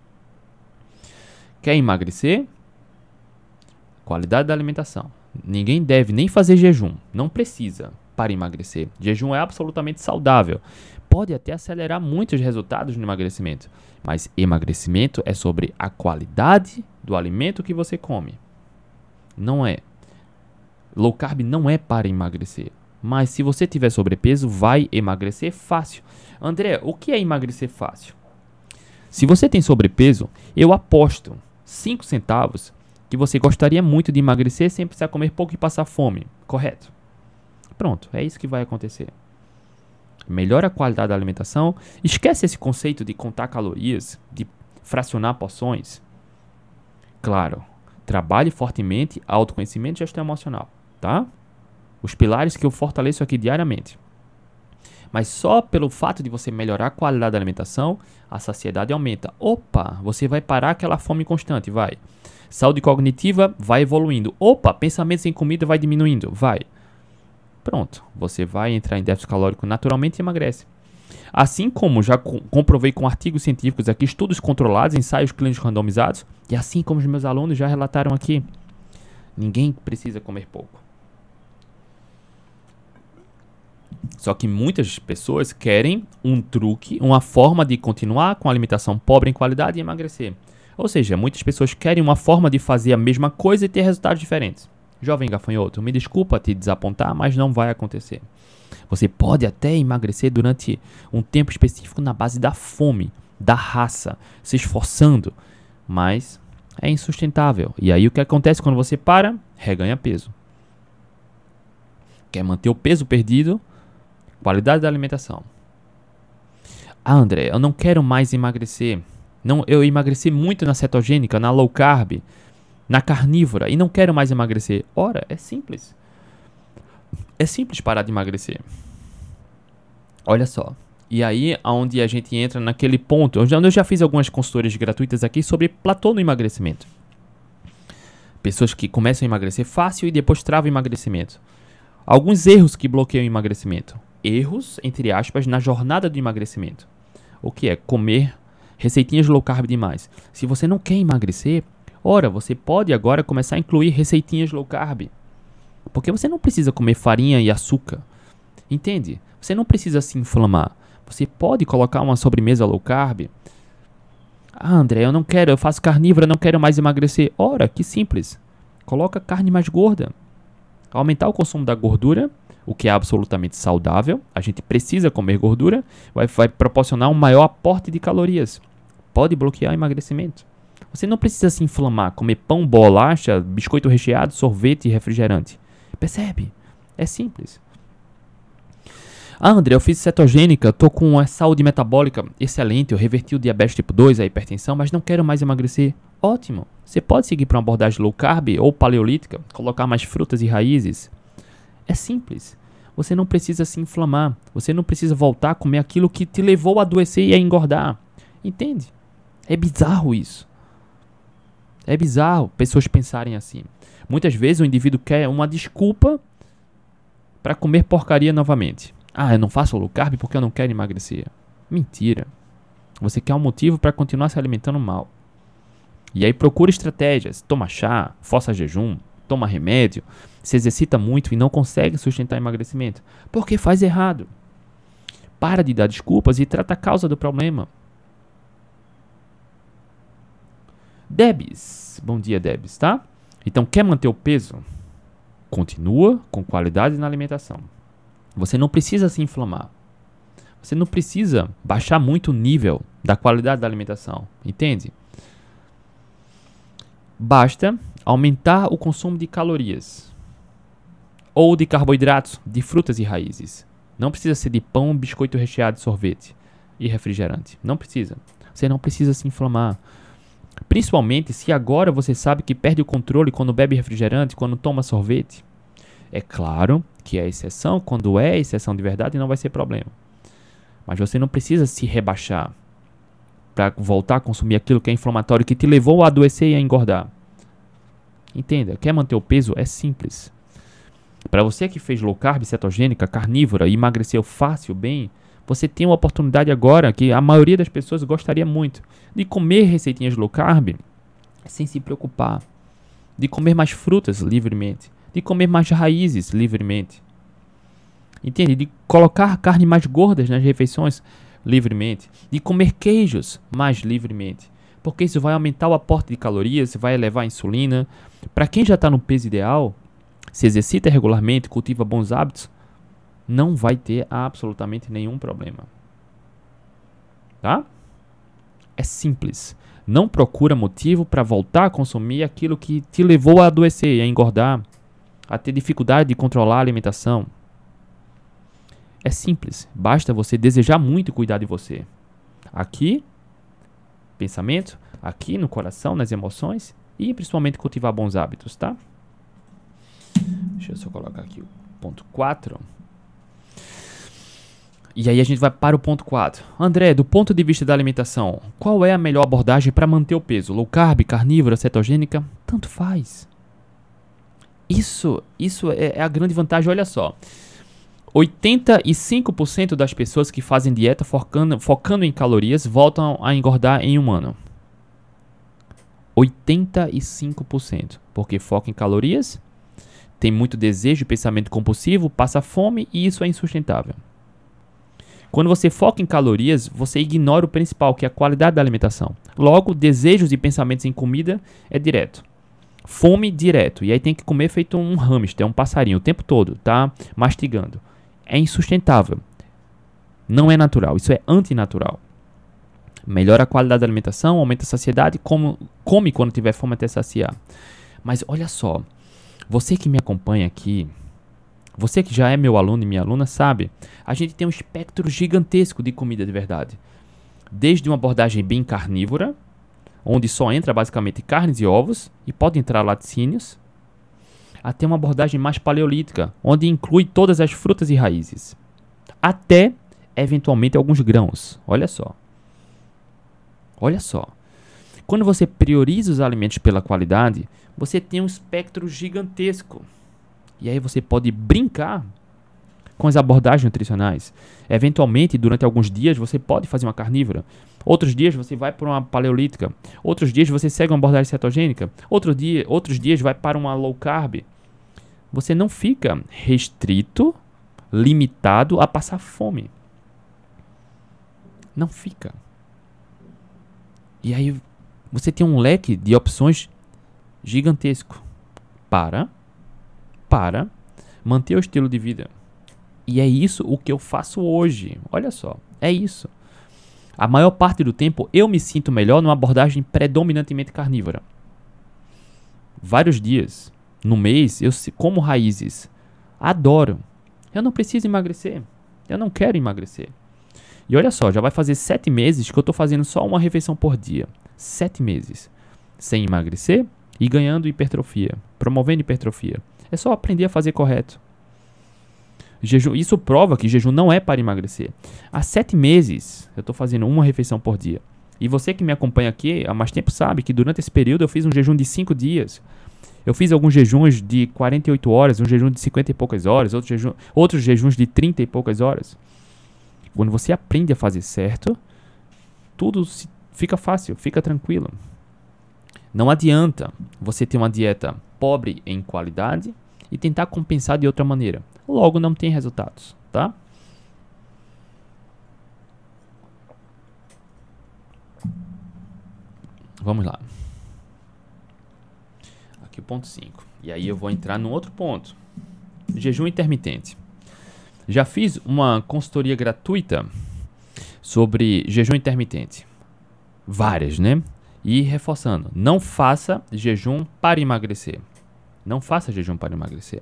Quer emagrecer? Qualidade da alimentação. Ninguém deve nem fazer jejum. Não precisa para emagrecer. Jejum é absolutamente saudável. Pode até acelerar muitos resultados no emagrecimento. Mas emagrecimento é sobre a qualidade do alimento que você come. Não é. Low carb não é para emagrecer. Mas se você tiver sobrepeso, vai emagrecer fácil. André, o que é emagrecer fácil? Se você tem sobrepeso, eu aposto cinco centavos que você gostaria muito de emagrecer sem precisar comer pouco e passar fome. Correto? Pronto, é isso que vai acontecer. Melhora a qualidade da alimentação. Esquece esse conceito de contar calorias, de fracionar porções. Claro, trabalhe fortemente autoconhecimento e gestão emocional, tá? Os pilares que eu fortaleço aqui diariamente. Mas só pelo fato de você melhorar a qualidade da alimentação, a saciedade aumenta. Opa, você vai parar aquela fome constante, vai. Saúde cognitiva vai evoluindo. Opa, pensamentos em comida vai diminuindo, vai. Pronto, você vai entrar em déficit calórico naturalmente e emagrece. Assim como já co- comprovei com artigos científicos aqui, estudos controlados, ensaios clínicos randomizados, e assim como os meus alunos já relataram aqui, ninguém precisa comer pouco. Só que muitas pessoas querem um truque, uma forma de continuar com a alimentação pobre em qualidade e emagrecer. Ou seja, muitas pessoas querem uma forma de fazer a mesma coisa e ter resultados diferentes. Jovem gafanhoto, me desculpa te desapontar, mas não vai acontecer. Você pode até emagrecer durante um tempo específico na base da fome, da raça, se esforçando, mas é insustentável. E aí o que acontece quando você para? Reganha peso. Quer manter o peso perdido? Qualidade da alimentação. Ah, André, eu não quero mais emagrecer. Não, eu emagreci muito na cetogênica, na low carb, na carnívora e não quero mais emagrecer. Ora, é simples. É simples parar de emagrecer. Olha só. E aí, onde a gente entra naquele ponto, eu já, eu já fiz algumas consultorias gratuitas aqui sobre platô no emagrecimento. Pessoas que começam a emagrecer fácil e depois travam o emagrecimento. Alguns erros que bloqueiam o emagrecimento. Erros, entre aspas, na jornada do emagrecimento. O que é? Comer receitinhas low carb demais. Se você não quer emagrecer, ora, você pode agora começar a incluir receitinhas low carb. Porque você não precisa comer farinha e açúcar. Entende? Você não precisa se inflamar. Você pode colocar uma sobremesa low carb. Ah, André, eu não quero, eu faço carnívora, não quero mais emagrecer. Ora, que simples. Coloca carne mais gorda. Aumentar o consumo da gordura, o que é absolutamente saudável. A gente precisa comer gordura. Vai, vai proporcionar um maior aporte de calorias. Pode bloquear o emagrecimento. Você não precisa se inflamar, comer pão, bolacha, biscoito recheado, sorvete e refrigerante. Percebe? É simples. Ah, André, eu fiz cetogênica, tô com uma saúde metabólica excelente, eu reverti o diabetes tipo dois, a hipertensão, mas não quero mais emagrecer. Ótimo. Você pode seguir para uma abordagem low carb ou paleolítica, colocar mais frutas e raízes. É simples. Você não precisa se inflamar. Você não precisa voltar a comer aquilo que te levou a adoecer e a engordar. Entende? É bizarro isso. É bizarro pessoas pensarem assim. Muitas vezes o indivíduo quer uma desculpa para comer porcaria novamente. Ah, eu não faço low carb porque eu não quero emagrecer. Mentira. Você quer um motivo para continuar se alimentando mal. E aí procura estratégias. Toma chá, força jejum, toma remédio, se exercita muito e não consegue sustentar emagrecimento. Porque faz errado. Para de dar desculpas e trata a causa do problema. Debs. Bom dia, Debs, tá? Então, quer manter o peso? Continua com qualidade na alimentação. Você não precisa se inflamar. Você não precisa baixar muito o nível da qualidade da alimentação. Entende? Basta aumentar o consumo de calorias. Ou de carboidratos, de frutas e raízes. Não precisa ser de pão, biscoito recheado, sorvete e refrigerante. Não precisa. Você não precisa se inflamar. Principalmente se agora você sabe que perde o controle quando bebe refrigerante, quando toma sorvete. É claro que é exceção, quando é exceção de verdade não vai ser problema. Mas você não precisa se rebaixar para voltar a consumir aquilo que é inflamatório, que te levou a adoecer e a engordar. Entenda, quer manter o peso? É simples. Para você que fez low carb, cetogênica, carnívora e emagreceu fácil, bem, você tem uma oportunidade agora que a maioria das pessoas gostaria muito de comer receitinhas low carb sem se preocupar, de comer mais frutas livremente, de comer mais raízes livremente, entende? De colocar carne mais gordas nas refeições livremente, de comer queijos mais livremente, porque isso vai aumentar o aporte de calorias, vai elevar a insulina. Para quem já está no peso ideal, se exercita regularmente, cultiva bons hábitos, não vai ter absolutamente nenhum problema. Tá? É simples. Não procura motivo para voltar a consumir aquilo que te levou a adoecer, a engordar, a ter dificuldade de controlar a alimentação. É simples. Basta você desejar muito cuidar de você. Aqui, pensamento, aqui no coração, nas emoções e principalmente cultivar bons hábitos, tá? Deixa eu só colocar aqui o ponto quatro. E aí a gente vai para o ponto quatro. André, do ponto de vista da alimentação, qual é a melhor abordagem para manter o peso? Low carb, carnívora, cetogênica? Tanto faz. Isso, isso é, é a grande vantagem, olha só. oitenta e cinco por cento das pessoas que fazem dieta focando, focando em calorias voltam a engordar em um ano. oitenta e cinco por cento. Porque foca em calorias, tem muito desejo e pensamento compulsivo, passa fome e isso é insustentável. Quando você foca em calorias, você ignora o principal, que é a qualidade da alimentação. Logo, desejos e pensamentos em comida é direto. Fome direto. E aí tem que comer feito um hamster, um passarinho, o tempo todo, tá? Mastigando. é insustentável. Não é natural, isso é antinatural. Melhora a qualidade da alimentação, aumenta a saciedade, come, come quando tiver fome até saciar. Mas olha só, você que me acompanha aqui, você que já é meu aluno e minha aluna sabe, a gente tem um espectro gigantesco de comida de verdade. Desde uma abordagem bem carnívora, onde só entra basicamente carnes e ovos, e pode entrar laticínios, até uma abordagem mais paleolítica, onde inclui todas as frutas e raízes. Até, eventualmente, alguns grãos. Olha só. Olha só. Quando você prioriza os alimentos pela qualidade, você tem um espectro gigantesco. E aí você pode brincar com as abordagens nutricionais. Eventualmente, durante alguns dias, você pode fazer uma carnívora. Outros dias você vai para uma paleolítica. Outros dias você segue uma abordagem cetogênica. Outro dia, outros dias vai para uma low carb. Você não fica restrito, limitado a passar fome. Não fica. E aí você tem um leque de opções gigantesco para, para manter o estilo de vida. E é isso o que eu faço hoje. Olha só, é isso. A maior parte do tempo eu me sinto melhor numa abordagem predominantemente carnívora. Vários dias no mês eu como raízes. Adoro. Eu não preciso emagrecer. Eu não quero emagrecer. E olha só, já vai fazer sete meses que eu estou fazendo só uma refeição por dia. Sete meses. Sem emagrecer e ganhando hipertrofia. Promovendo hipertrofia. É só aprender a fazer correto. Jejum, isso prova que jejum não é para emagrecer. Há sete meses eu estou fazendo uma refeição por dia. E você que me acompanha aqui há mais tempo sabe que durante esse período eu fiz um jejum de cinco dias. Eu fiz alguns jejuns de quarenta e oito horas, um jejum de cinquenta e poucas horas, outros, jejum, outros jejuns de trinta e poucas horas. Quando você aprende a fazer certo, tudo se, fica fácil, fica tranquilo. Não adianta você ter uma dieta pobre em qualidade e tentar compensar de outra maneira. Logo não tem resultados, tá? Vamos lá. Aqui o ponto cinco. E aí eu vou entrar no outro ponto. Jejum intermitente. Já fiz uma consultoria gratuita sobre jejum intermitente. Várias, né? E reforçando, não faça jejum para emagrecer. Não faça jejum para emagrecer.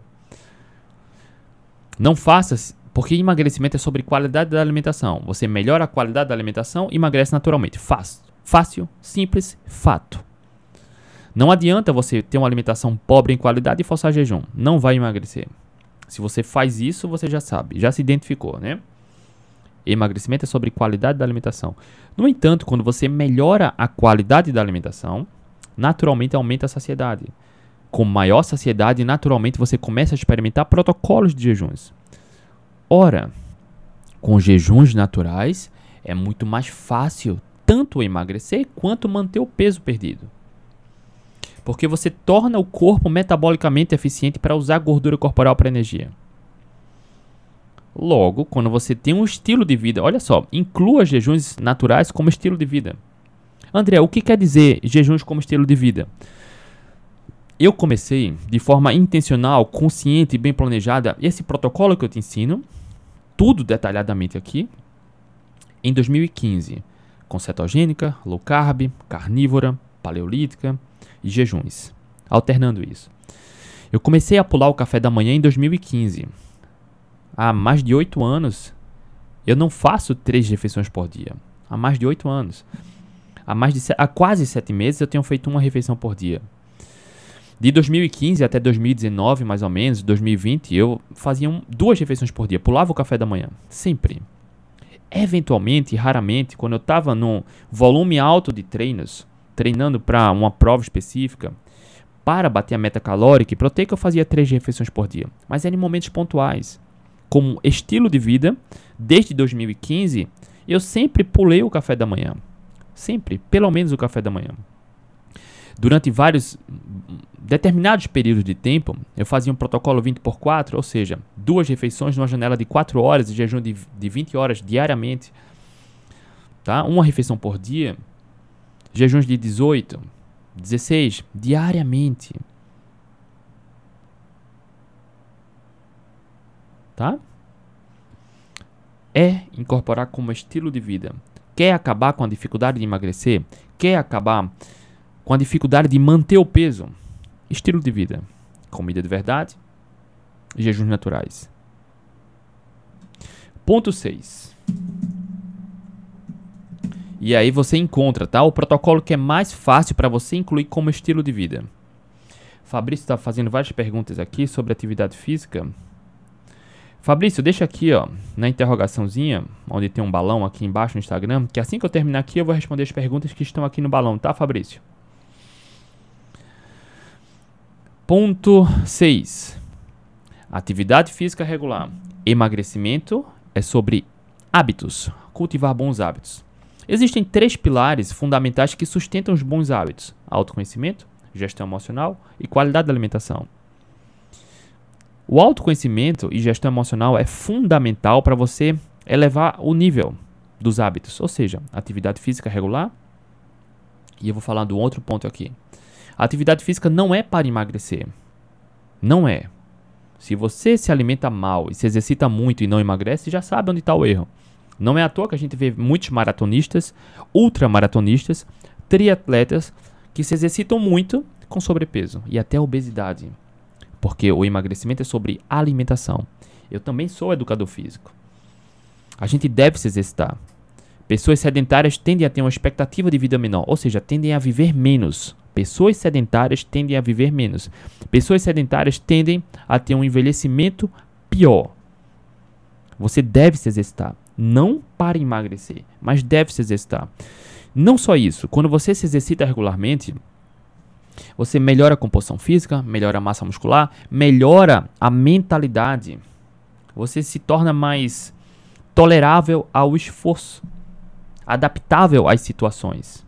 Não faça, porque emagrecimento é sobre qualidade da alimentação. Você melhora a qualidade da alimentação e emagrece naturalmente. Fácil, fácil, simples, fato. Não adianta você ter uma alimentação pobre em qualidade e forçar jejum. Não vai emagrecer. Se você faz isso, você já sabe, já se identificou, né? Emagrecimento é sobre qualidade da alimentação. No entanto, quando você melhora a qualidade da alimentação, naturalmente aumenta a saciedade. Com maior saciedade, naturalmente você começa a experimentar protocolos de jejuns. Ora, com jejuns naturais, é muito mais fácil tanto emagrecer quanto manter o peso perdido. Porque você torna o corpo metabolicamente eficiente para usar a gordura corporal para energia. Logo, quando você tem um estilo de vida, olha só, inclua jejuns naturais como estilo de vida. André, o que quer dizer jejuns como estilo de vida? Eu comecei de forma intencional, consciente e bem planejada esse protocolo que eu te ensino, tudo detalhadamente aqui, em dois mil e quinze, com cetogênica, low carb, carnívora, paleolítica e jejuns, alternando isso. Eu comecei a pular o café da manhã em dois mil e quinze. Há mais de oito anos, eu não faço três refeições por dia. Há mais de oito anos. Há, mais de, há quase sete meses eu tenho feito uma refeição por dia. De dois mil e quinze até dois mil e dezenove, mais ou menos, dois mil e vinte, eu fazia um, duas refeições por dia. Pulava o café da manhã. Sempre. Eventualmente, raramente, quando eu estava num volume alto de treinos, treinando para uma prova específica, para bater a meta calórica e proteica, eu fazia três refeições por dia. Mas eram em momentos pontuais. Como estilo de vida, desde dois mil e quinze, eu sempre pulei o café da manhã. Sempre, pelo menos o café da manhã. Durante vários determinados períodos de tempo, eu fazia um protocolo vinte por quatro, ou seja, duas refeições numa janela de quatro horas e jejum de, de vinte horas diariamente. Tá? Uma refeição por dia, jejuns de dezoito, dezesseis, diariamente. Tá? é incorporar como estilo de vida. Quer acabar com a dificuldade de emagrecer? Quer acabar com a dificuldade de manter o peso? Estilo de vida. Comida de verdade, jejuns naturais. Ponto seis. E aí você encontra, tá? O protocolo que é mais fácil para você incluir como estilo de vida. Fabrício está fazendo várias perguntas aqui sobre atividade física. Fabrício, deixa aqui, ó, na interrogaçãozinha, onde tem um balão aqui embaixo no Instagram, que assim que eu terminar aqui eu vou responder as perguntas que estão aqui no balão, tá, Fabrício? Ponto seis. Atividade física regular. Emagrecimento é sobre hábitos, cultivar bons hábitos. Existem três pilares fundamentais que sustentam os bons hábitos: autoconhecimento, gestão emocional e qualidade da alimentação. O autoconhecimento e gestão emocional é fundamental para você elevar o nível dos hábitos, ou seja, atividade física regular. E eu vou falar do outro ponto aqui. A atividade física não é para emagrecer. Não é. Se você se alimenta mal e se exercita muito e não emagrece, já sabe onde está o erro. Não é à toa que a gente vê muitos maratonistas, ultramaratonistas, triatletas que se exercitam muito com sobrepeso e até obesidade. Porque o emagrecimento é sobre alimentação. Eu também sou educador físico. A gente deve se exercitar. Pessoas sedentárias tendem a ter uma expectativa de vida menor, ou seja, tendem a viver menos. Pessoas sedentárias tendem a viver menos. Pessoas sedentárias tendem a ter um envelhecimento pior. Você deve se exercitar. Não para emagrecer, mas deve se exercitar. Não só isso, quando você se exercita regularmente, você melhora a composição física, melhora a massa muscular, melhora a mentalidade. Você se torna mais tolerável ao esforço, adaptável às situações.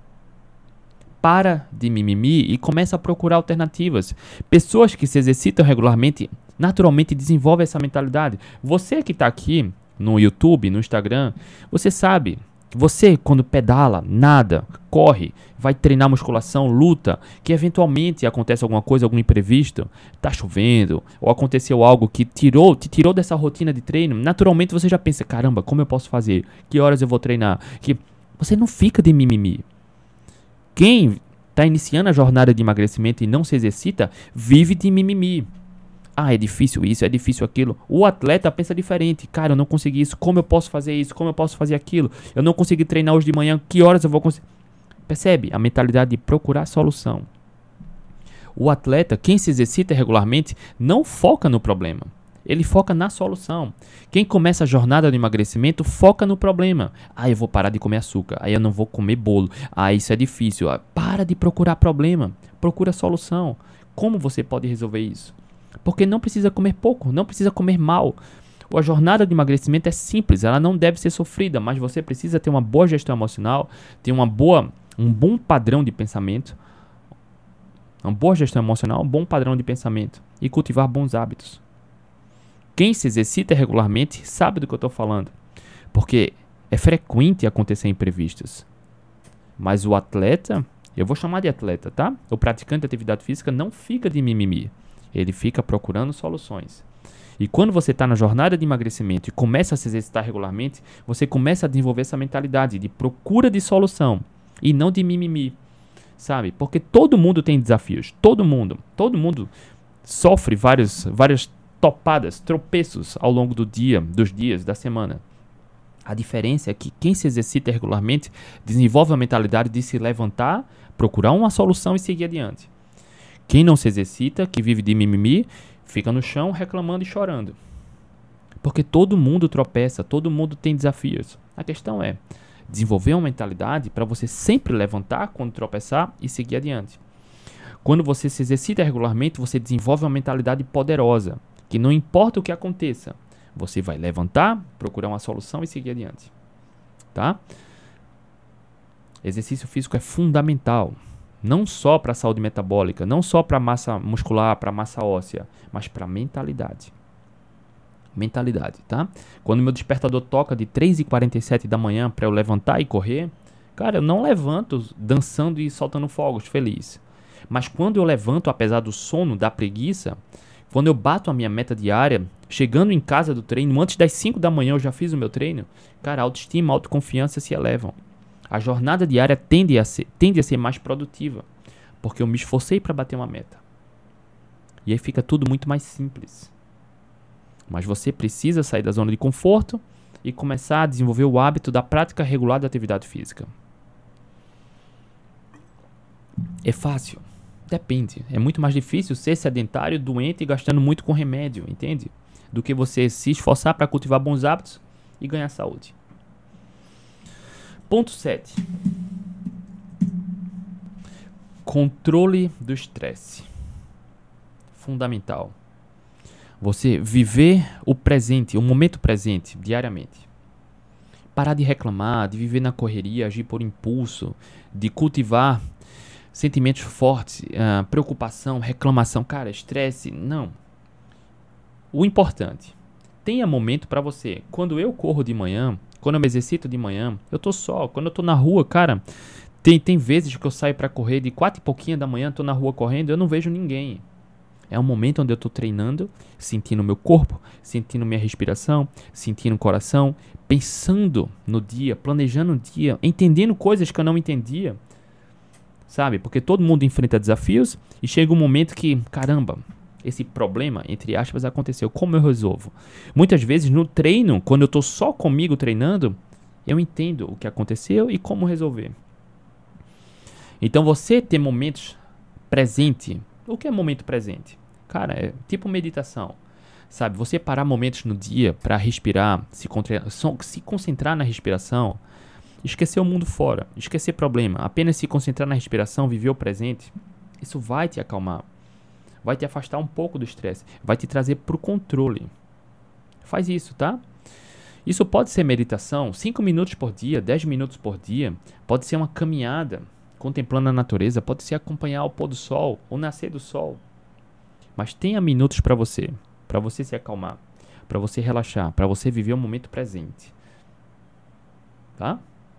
Para de mimimi e começa a procurar alternativas. Pessoas que se exercitam regularmente, naturalmente desenvolvem essa mentalidade. Você que está aqui no YouTube, no Instagram, você sabe que você, quando pedala, nada, corre, vai treinar musculação, luta, que eventualmente acontece alguma coisa, algum imprevisto, tá chovendo, ou aconteceu algo que tirou, te tirou dessa rotina de treino, naturalmente você já pensa, caramba, como eu posso fazer? Que horas eu vou treinar? Que você não fica de mimimi. Quem está iniciando a jornada de emagrecimento e não se exercita, vive de mimimi. Ah, é difícil isso, é difícil aquilo. O atleta pensa diferente. Cara, eu não consegui isso. Como eu posso fazer isso? Como eu posso fazer aquilo? Eu não consegui treinar hoje de manhã. Que horas eu vou conseguir? Percebe? A mentalidade de procurar solução. O atleta, quem se exercita regularmente, não foca no problema. Ele foca na solução. Quem começa a jornada do emagrecimento foca no problema. Ah, eu vou parar de comer açúcar. Aí eu não vou comer bolo. Ah, isso é difícil. Ah, para de procurar problema. Procura solução. Como você pode resolver isso? Porque não precisa comer pouco, não precisa comer mal. A jornada de emagrecimento é simples, ela não deve ser sofrida, mas você precisa ter uma boa gestão emocional, ter uma boa, um bom padrão de pensamento, uma boa gestão emocional, um bom padrão de pensamento e cultivar bons hábitos. Quem se exercita regularmente sabe do que eu estou falando, porque é frequente acontecer imprevistos. Mas o atleta, eu vou chamar de atleta, tá? O praticante de atividade física não fica de mimimi. Ele fica procurando soluções. E quando você está na jornada de emagrecimento e começa a se exercitar regularmente, você começa a desenvolver essa mentalidade de procura de solução e não de mimimi, sabe? Porque todo mundo tem desafios, todo mundo, todo mundo sofre vários, várias topadas, tropeços ao longo do dia, dos dias, da semana. A diferença é que quem se exercita regularmente desenvolve a mentalidade de se levantar, procurar uma solução e seguir adiante. Quem não se exercita, que vive de mimimi, fica no chão reclamando e chorando. Porque todo mundo tropeça, todo mundo tem desafios. A questão é desenvolver uma mentalidade para você sempre levantar quando tropeçar e seguir adiante. Quando você se exercita regularmente, você desenvolve uma mentalidade poderosa, que não importa o que aconteça, você vai levantar, procurar uma solução e seguir adiante. Tá? Exercício físico é fundamental. Não só para a saúde metabólica, não só para a massa muscular, para a massa óssea, mas para a mentalidade. Mentalidade, tá? Quando meu despertador toca de três e quarenta e sete da manhã para eu levantar e correr, cara, eu não levanto dançando e soltando fogos, feliz. Mas quando eu levanto, apesar do sono, da preguiça, Quando eu bato a minha meta diária, chegando em casa do treino, antes das cinco da manhã eu já fiz o meu treino, cara, a autoestima, a autoconfiança se elevam. A jornada diária tende a ser, tende a ser mais produtiva, porque eu me esforcei para bater uma meta. E aí fica tudo muito mais simples. Mas você precisa sair da zona de conforto e começar a desenvolver o hábito da prática regular da atividade física. É fácil? Depende. É muito mais difícil ser sedentário, doente e gastando muito com remédio, entende? Do que você se esforçar para cultivar bons hábitos e ganhar saúde. Ponto sete. Controle do estresse. Fundamental. Você viver o presente, o momento presente, diariamente. Parar de reclamar, de viver na correria, agir por impulso, de cultivar sentimentos fortes, uh, preocupação, reclamação, cara, estresse, não. O importante, tenha momento para você. Quando eu corro de manhã, quando eu me exercito de manhã, eu tô só. Quando eu tô na rua, cara, tem, tem vezes que eu saio para correr de quatro e pouquinho da manhã, tô na rua correndo, eu não vejo ninguém. É um momento onde eu tô treinando, sentindo meu corpo, sentindo minha respiração, sentindo o coração, pensando no dia, planejando o dia, entendendo coisas que eu não entendia. Sabe? Porque todo mundo enfrenta desafios e chega um momento que, caramba, esse problema, entre aspas, aconteceu. Como eu resolvo? Muitas vezes no treino, quando eu estou só comigo treinando, eu entendo o que aconteceu e como resolver. Então você ter momentos presente. O que é momento presente? Cara, é tipo meditação. Sabe? Você parar momentos no dia para respirar, se, contra... se concentrar na respiração. Esquecer o mundo fora, esquecer problema, apenas se concentrar na respiração, viver o presente, isso vai te acalmar, vai te afastar um pouco do estresse, vai te trazer para o controle. Faz isso, tá? Isso pode ser meditação, cinco minutos por dia, dez minutos por dia, pode ser uma caminhada, contemplando a natureza, pode ser acompanhar o pôr do sol, o nascer do sol. Mas tenha minutos para você, para você se acalmar, para você relaxar, para você viver o momento presente. Tá?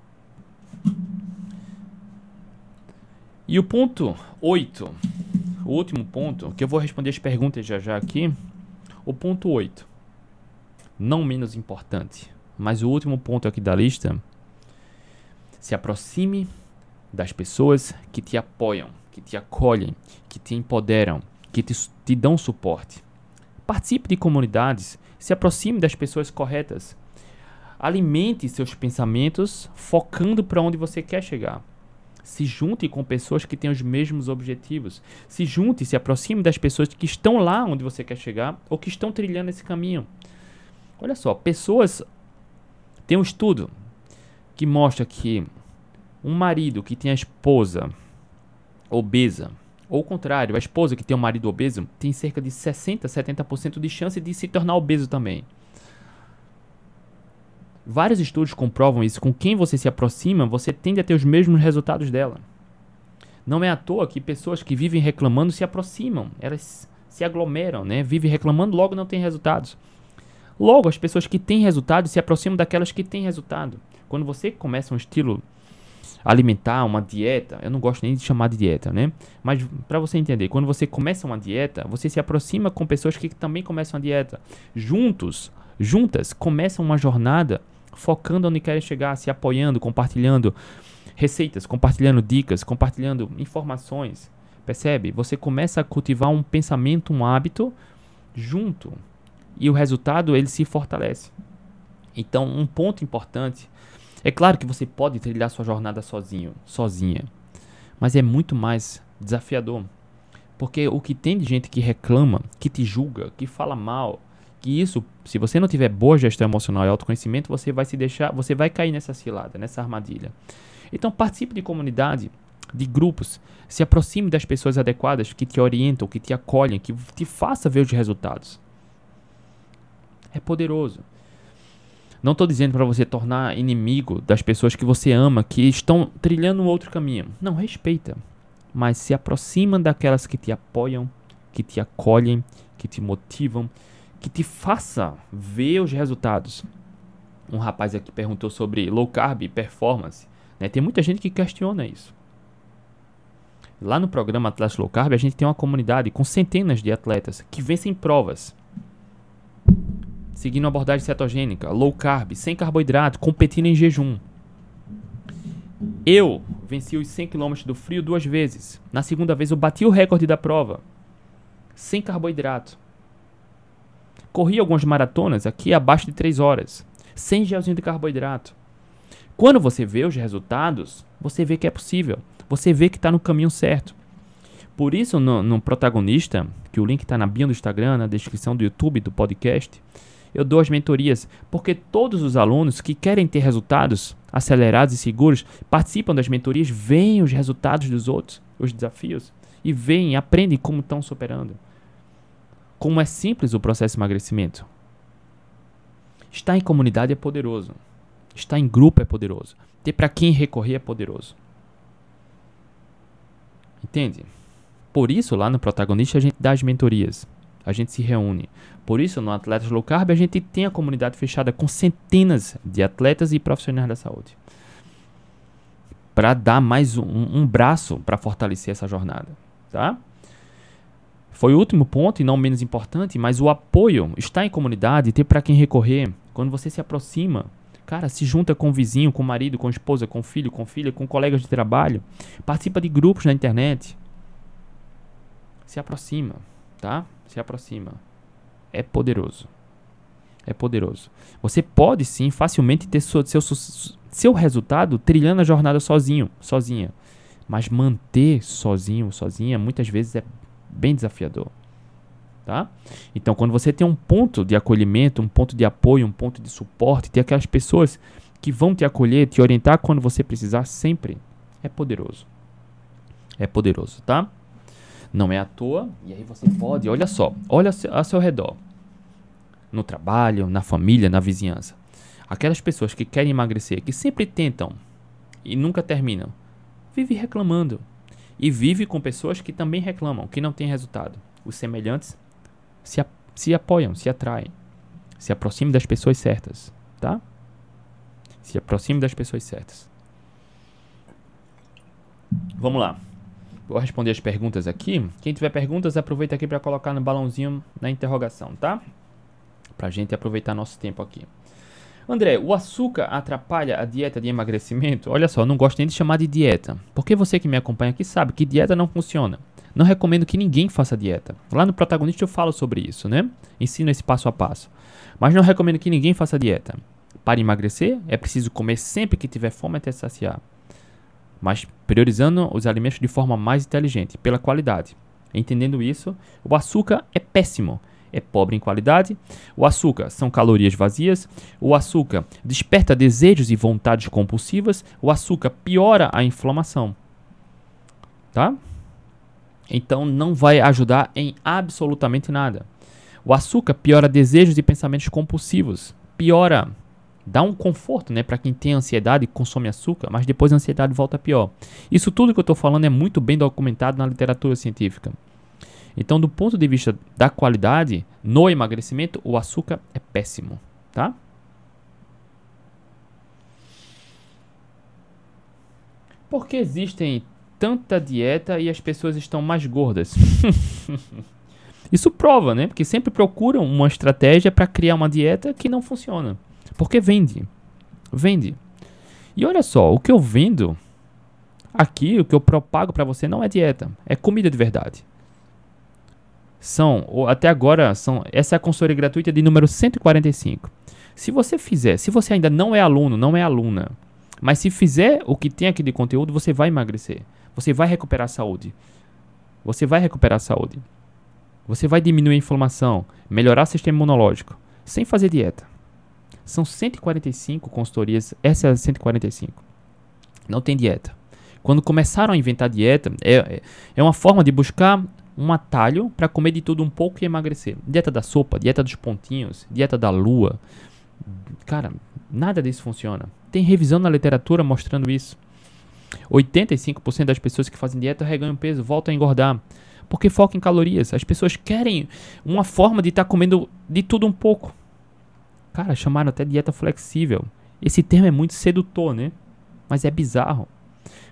E o ponto oito, o último ponto, que eu vou responder as perguntas já já aqui. O ponto oito, não menos importante, mas o último ponto aqui da lista: se aproxime das pessoas que te apoiam, que te acolhem, que te empoderam, que te, te dão suporte. Participe de comunidades, se aproxime das pessoas corretas. Alimente seus pensamentos focando para onde você quer chegar. Se junte com pessoas que têm os mesmos objetivos. Se junte, se aproxime das pessoas que estão lá onde você quer chegar ou que estão trilhando esse caminho. Olha só, pessoas... Tem um estudo que mostra que um marido que tem a esposa obesa, ou o contrário, a esposa que tem um marido obeso, tem cerca de sessenta, setenta por cento de chance de se tornar obeso também. Vários estudos comprovam isso. Com quem você se aproxima, você tende a ter os mesmos resultados dela. Não é à toa que pessoas que vivem reclamando se aproximam. Elas se aglomeram, né? Vivem reclamando, logo não têm resultados. Logo, as pessoas que têm resultado se aproximam daquelas que têm resultado. Quando você começa um estilo alimentar, uma dieta, eu não gosto nem de chamar de dieta, né? Mas para você entender, quando você começa uma dieta, você se aproxima com pessoas que também começam a dieta. Juntos, juntas, começam uma jornada focando onde querem chegar, se apoiando, compartilhando receitas, compartilhando dicas, compartilhando informações. Percebe? Você começa a cultivar um pensamento, um hábito junto. E o resultado, ele se fortalece. Então, um ponto importante, é claro que você pode trilhar sua jornada sozinho, sozinha, mas é muito mais desafiador. Porque o que tem de gente que reclama, que te julga, que fala mal, que isso, se você não tiver boa gestão emocional e autoconhecimento, você vai se deixar, você vai cair nessa cilada, nessa armadilha. Então, participe de comunidade, de grupos, se aproxime das pessoas adequadas que te orientam, que te acolhem, que te façam ver os resultados. É poderoso. Não estou dizendo para você tornar inimigo das pessoas que você ama, que estão trilhando um outro caminho. Não, respeita. Mas se aproxima daquelas que te apoiam, que te acolhem, que te motivam, que te faça ver os resultados. Um rapaz aqui perguntou sobre low carb e performance. Né? Tem muita gente que questiona isso. Lá no programa Atlas Low Carb, a gente tem uma comunidade com centenas de atletas que vencem provas, seguindo uma abordagem cetogênica, low carb, sem carboidrato, competindo em jejum. Eu venci os cem quilômetros do frio duas vezes. Na segunda vez eu bati o recorde da prova, sem carboidrato. Corri algumas maratonas aqui abaixo de três horas, sem gelzinho de carboidrato. Quando você vê os resultados, você vê que é possível. Você vê que está no caminho certo. Por isso, no, no Protagonista, que o link está na bio do Instagram, na descrição do YouTube, do podcast, eu dou as mentorias, porque todos os alunos que querem ter resultados acelerados e seguros participam das mentorias, veem os resultados dos outros, os desafios, e veem, aprendem como estão superando. Como é simples o processo de emagrecimento. Estar em comunidade é poderoso. Estar em grupo é poderoso. Ter para quem recorrer é poderoso. Entende? Por isso, lá no Protagonista, a gente dá as mentorias. A gente se reúne. Por isso, no Atletas Low Carb, a gente tem a comunidade fechada com centenas de atletas e profissionais da saúde. Para dar mais um, um braço para fortalecer essa jornada. Tá? Foi o último ponto, e não menos importante, mas o apoio. Estar em comunidade, ter para quem recorrer. Quando você se aproxima, cara, se junta com o vizinho, com o marido, com a esposa, com o filho, com filha, com colegas de trabalho. Participa de grupos na internet. Se aproxima, tá? Se aproxima. É poderoso. É poderoso. Você pode sim facilmente ter seu, seu, seu resultado trilhando a jornada sozinho, sozinha. Mas manter sozinho, sozinha, muitas vezes é bem desafiador. Tá? Então, quando você tem um ponto de acolhimento, um ponto de apoio, um ponto de suporte, tem aquelas pessoas que vão te acolher, te orientar quando você precisar sempre, é poderoso. É poderoso, tá? Não é à toa, e aí você pode, olha só, olha ao seu redor, no trabalho, na família, na vizinhança. Aquelas pessoas que querem emagrecer, que sempre tentam e nunca terminam, vive reclamando. E vive com pessoas que também reclamam, que não têm resultado. Os semelhantes se, a, se apoiam, se atraem. Se aproxime das pessoas certas, tá? Se aproxime das pessoas certas. Vamos lá. Vou responder as perguntas aqui. Quem tiver perguntas, aproveita aqui para colocar no balãozinho na interrogação, tá? Pra gente aproveitar nosso tempo aqui. André, o açúcar atrapalha a dieta de emagrecimento? Olha só, eu não gosto nem de chamar de dieta. Porque você que me acompanha aqui sabe que dieta não funciona. Não recomendo que ninguém faça dieta. Lá no Protagonista eu falo sobre isso, né? Ensino esse passo a passo. Mas não recomendo que ninguém faça dieta. Para emagrecer, é preciso comer sempre que tiver fome até saciar. Mas priorizando os alimentos de forma mais inteligente, pela qualidade. Entendendo isso, o açúcar é péssimo. É pobre em qualidade. O açúcar são calorias vazias. O açúcar desperta desejos e vontades compulsivas. O açúcar piora a inflamação. Tá? Então não vai ajudar em absolutamente nada. O açúcar piora desejos e pensamentos compulsivos. Piora, dá um conforto, né, para quem tem ansiedade e consome açúcar, mas depois a ansiedade volta pior. Isso tudo que eu estou falando é muito bem documentado na literatura científica. Então, do ponto de vista da qualidade, no emagrecimento, o açúcar é péssimo, tá? Por que existem tanta dieta e as pessoas estão mais gordas? Isso prova, né? Porque sempre procuram uma estratégia para criar uma dieta que não funciona. Porque vende. Vende. E olha só, o que eu vendo aqui, o que eu propago para você não é dieta, é comida de verdade. São, ou até agora, são, essa é a consultoria gratuita de número cento e quarenta e cinco. Se você fizer, se você ainda não é aluno, não é aluna, mas se fizer o que tem aqui de conteúdo, você vai emagrecer. Você vai recuperar a saúde. Você vai recuperar a saúde. Você vai diminuir a inflamação, melhorar o sistema imunológico, sem fazer dieta. São cento e quarenta e cinco consultorias, essa é a cento e quarenta e cinco. Não tem dieta. Quando começaram a inventar dieta, é, é uma forma de buscar um atalho para comer de tudo um pouco e emagrecer. Dieta da sopa, dieta dos pontinhos, dieta da lua. Cara, nada disso funciona. Tem revisão na literatura mostrando isso. oitenta e cinco por cento das pessoas que fazem dieta reganham peso, voltam a engordar. Porque foca em calorias. As pessoas querem uma forma de estar tá comendo de tudo um pouco. Cara, chamaram até dieta flexível. Esse termo é muito sedutor, né? Mas é bizarro.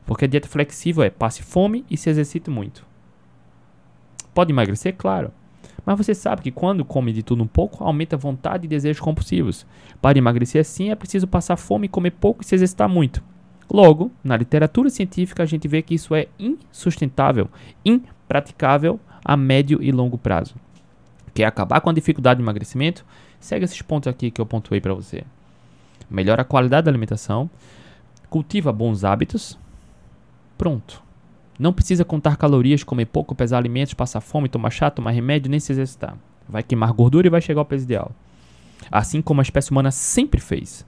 Porque a dieta flexível é passe fome e se exercite muito. Pode emagrecer? Claro. Mas você sabe que quando come de tudo um pouco, aumenta a vontade e desejos compulsivos. Para emagrecer assim, é preciso passar fome, comer pouco e se exercitar muito. Logo, na literatura científica, a gente vê que isso é insustentável, impraticável a médio e longo prazo. Quer acabar com a dificuldade de emagrecimento? Segue esses pontos aqui que eu pontuei para você. Melhora a qualidade da alimentação, cultiva bons hábitos. Pronto. Não precisa contar calorias, comer pouco, pesar alimentos, passar fome, tomar chá, tomar remédio, nem se exercitar. Vai queimar gordura e vai chegar ao peso ideal. Assim como a espécie humana sempre fez.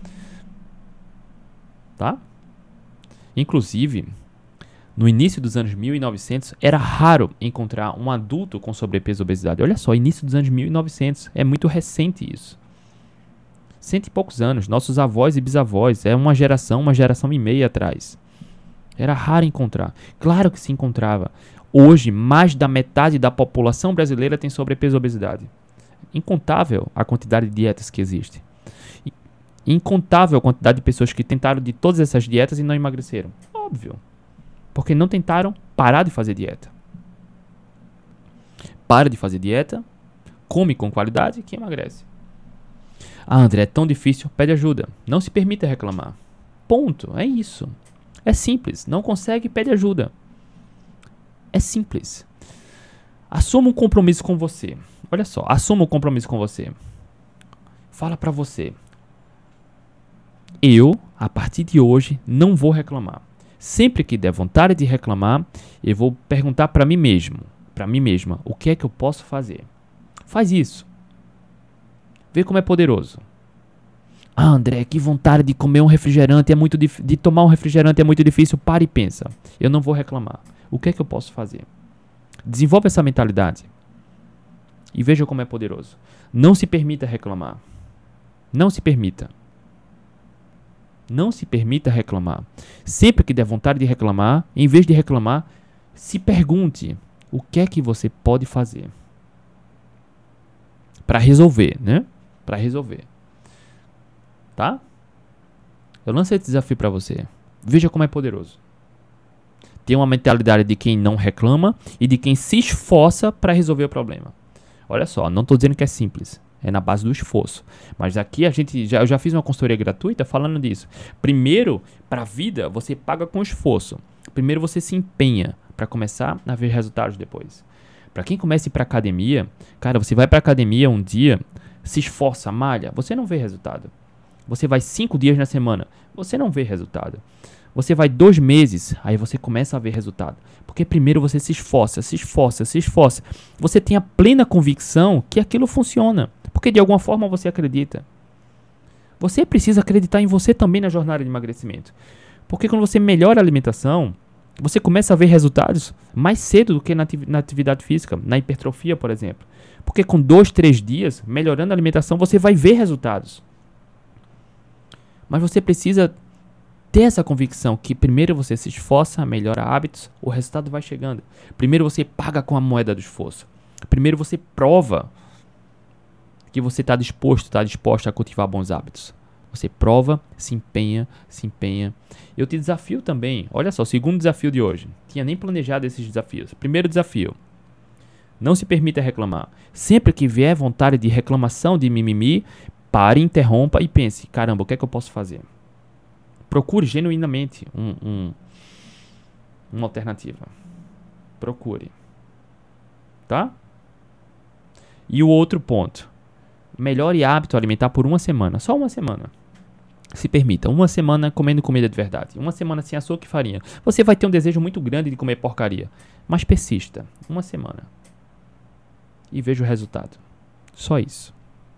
Tá? Inclusive, no início dos anos mil e novecentos, era raro encontrar um adulto com sobrepeso e obesidade. Olha só, início dos anos mil e novecentos. É muito recente isso. Cento e poucos anos. Nossos avós e bisavós. É uma geração, uma geração e meia atrás. Era raro encontrar. Claro que se encontrava. Hoje, mais da metade da população brasileira tem sobrepeso e obesidade. Incontável a quantidade de dietas que existe. Incontável a quantidade de pessoas que tentaram de todas essas dietas e não emagreceram. Óbvio. Porque não tentaram parar de fazer dieta. Para de fazer dieta, come com qualidade que emagrece. Ah, André, é tão difícil, pede ajuda. Não se permita reclamar. Ponto, é isso. É simples, não consegue, pede ajuda. É simples. Assuma um compromisso com você. Olha só, assuma um compromisso com você. Fala pra você. Eu, a partir de hoje, não vou reclamar. Sempre que der vontade de reclamar, eu vou perguntar para mim mesmo, para mim mesma, o que é que eu posso fazer? Faz isso. Vê como é poderoso. Ah, André, que vontade de comer um refrigerante é muito dif- de tomar um refrigerante é muito difícil. Para e pensa. Eu não vou reclamar. O que é que eu posso fazer? Desenvolva essa mentalidade. E veja como é poderoso. Não se permita reclamar. Não se permita. Não se permita reclamar. Sempre que der vontade de reclamar, em vez de reclamar, se pergunte o que é que você pode fazer para resolver, né? Para resolver. Tá? Eu lancei esse desafio para você. Veja como é poderoso. Tem uma mentalidade de quem não reclama e de quem se esforça para resolver o problema. Olha só, não estou dizendo que é simples. É na base do esforço. Mas aqui a gente já, eu já fiz uma consultoria gratuita falando disso. Primeiro, para a vida, você paga com esforço. Primeiro você se empenha para começar a ver resultados depois. Para quem começa a ir para academia, cara, você vai para academia um dia, se esforça, malha, você não vê resultado. Você vai cinco dias na semana, você não vê resultado. Você vai dois meses, aí você começa a ver resultado. Porque primeiro você se esforça, se esforça, se esforça. Você tem a plena convicção que aquilo funciona. Porque de alguma forma você acredita. Você precisa acreditar em você também na jornada de emagrecimento. Porque quando você melhora a alimentação, você começa a ver resultados mais cedo do que na atividade física, na hipertrofia, por exemplo. Porque com dois, três dias, melhorando a alimentação, você vai ver resultados. Mas você precisa ter essa convicção que primeiro você se esforça, melhora hábitos, o resultado vai chegando. Primeiro você paga com a moeda do esforço. Primeiro você prova que você está disposto, está disposta a cultivar bons hábitos. Você prova, se empenha, se empenha. Eu te desafio também. Olha só, o segundo desafio de hoje. Tinha nem planejado esses desafios. Primeiro desafio. Não se permita reclamar. Sempre que vier vontade de reclamação, de mimimi, pare, interrompa e pense. Caramba, o que é que eu posso fazer? Procure genuinamente um, um, uma alternativa. Procure. Tá? E o outro ponto. Melhore hábito alimentar por uma semana. Só uma semana. Se permita. Uma semana comendo comida de verdade. Uma semana sem açúcar e farinha. Você vai ter um desejo muito grande de comer porcaria. Mas persista. Uma semana. E veja o resultado. Só isso.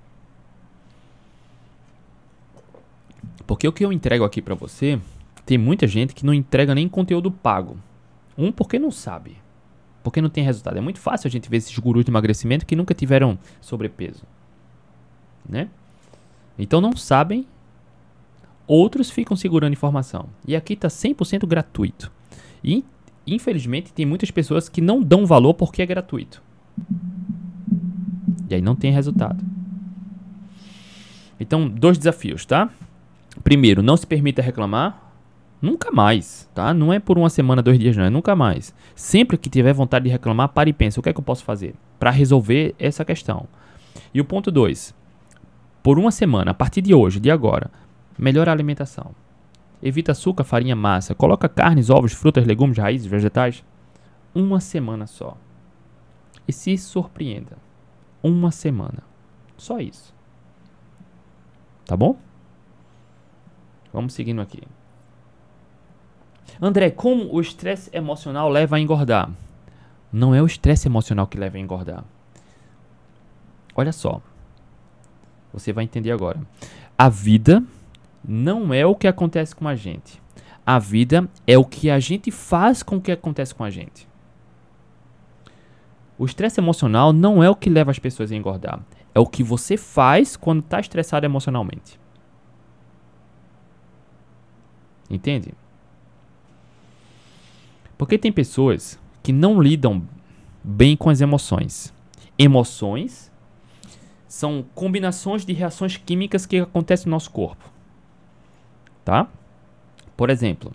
Porque o que eu entrego aqui pra você, tem muita gente que não entrega nem conteúdo pago. Um, porque não sabe. Porque não tem resultado. É muito fácil a gente ver esses gurus de emagrecimento que nunca tiveram sobrepeso. Né? Então não sabem, outros ficam segurando informação. E aqui está cem por cento gratuito. E infelizmente tem muitas pessoas que não dão valor porque é gratuito. E aí não tem resultado. Então, dois desafios, tá? Primeiro, não se permita reclamar. Nunca mais, tá? Não é por uma semana, dois dias, não. É nunca mais. Sempre que tiver vontade de reclamar, pare e pense. O que é que eu posso fazer para resolver essa questão? E o ponto dois. Por uma semana, a partir de hoje, de agora, melhora a alimentação. Evita açúcar, farinha, massa. Coloca carnes, ovos, frutas, legumes, raízes, vegetais. Uma semana só. E se surpreenda. Uma semana. Só isso. Tá bom? Vamos seguindo aqui. André, como o estresse emocional leva a engordar? Não é o estresse emocional que leva a engordar. Olha só. Você vai entender agora. A vida não é o que acontece com a gente. A vida é o que a gente faz com o que acontece com a gente. O estresse emocional não é o que leva as pessoas a engordar. É o que você faz quando está estressado emocionalmente. Entende? Porque tem pessoas que não lidam bem com as emoções. Emoções são combinações de reações químicas que acontecem no nosso corpo. Tá? Por exemplo,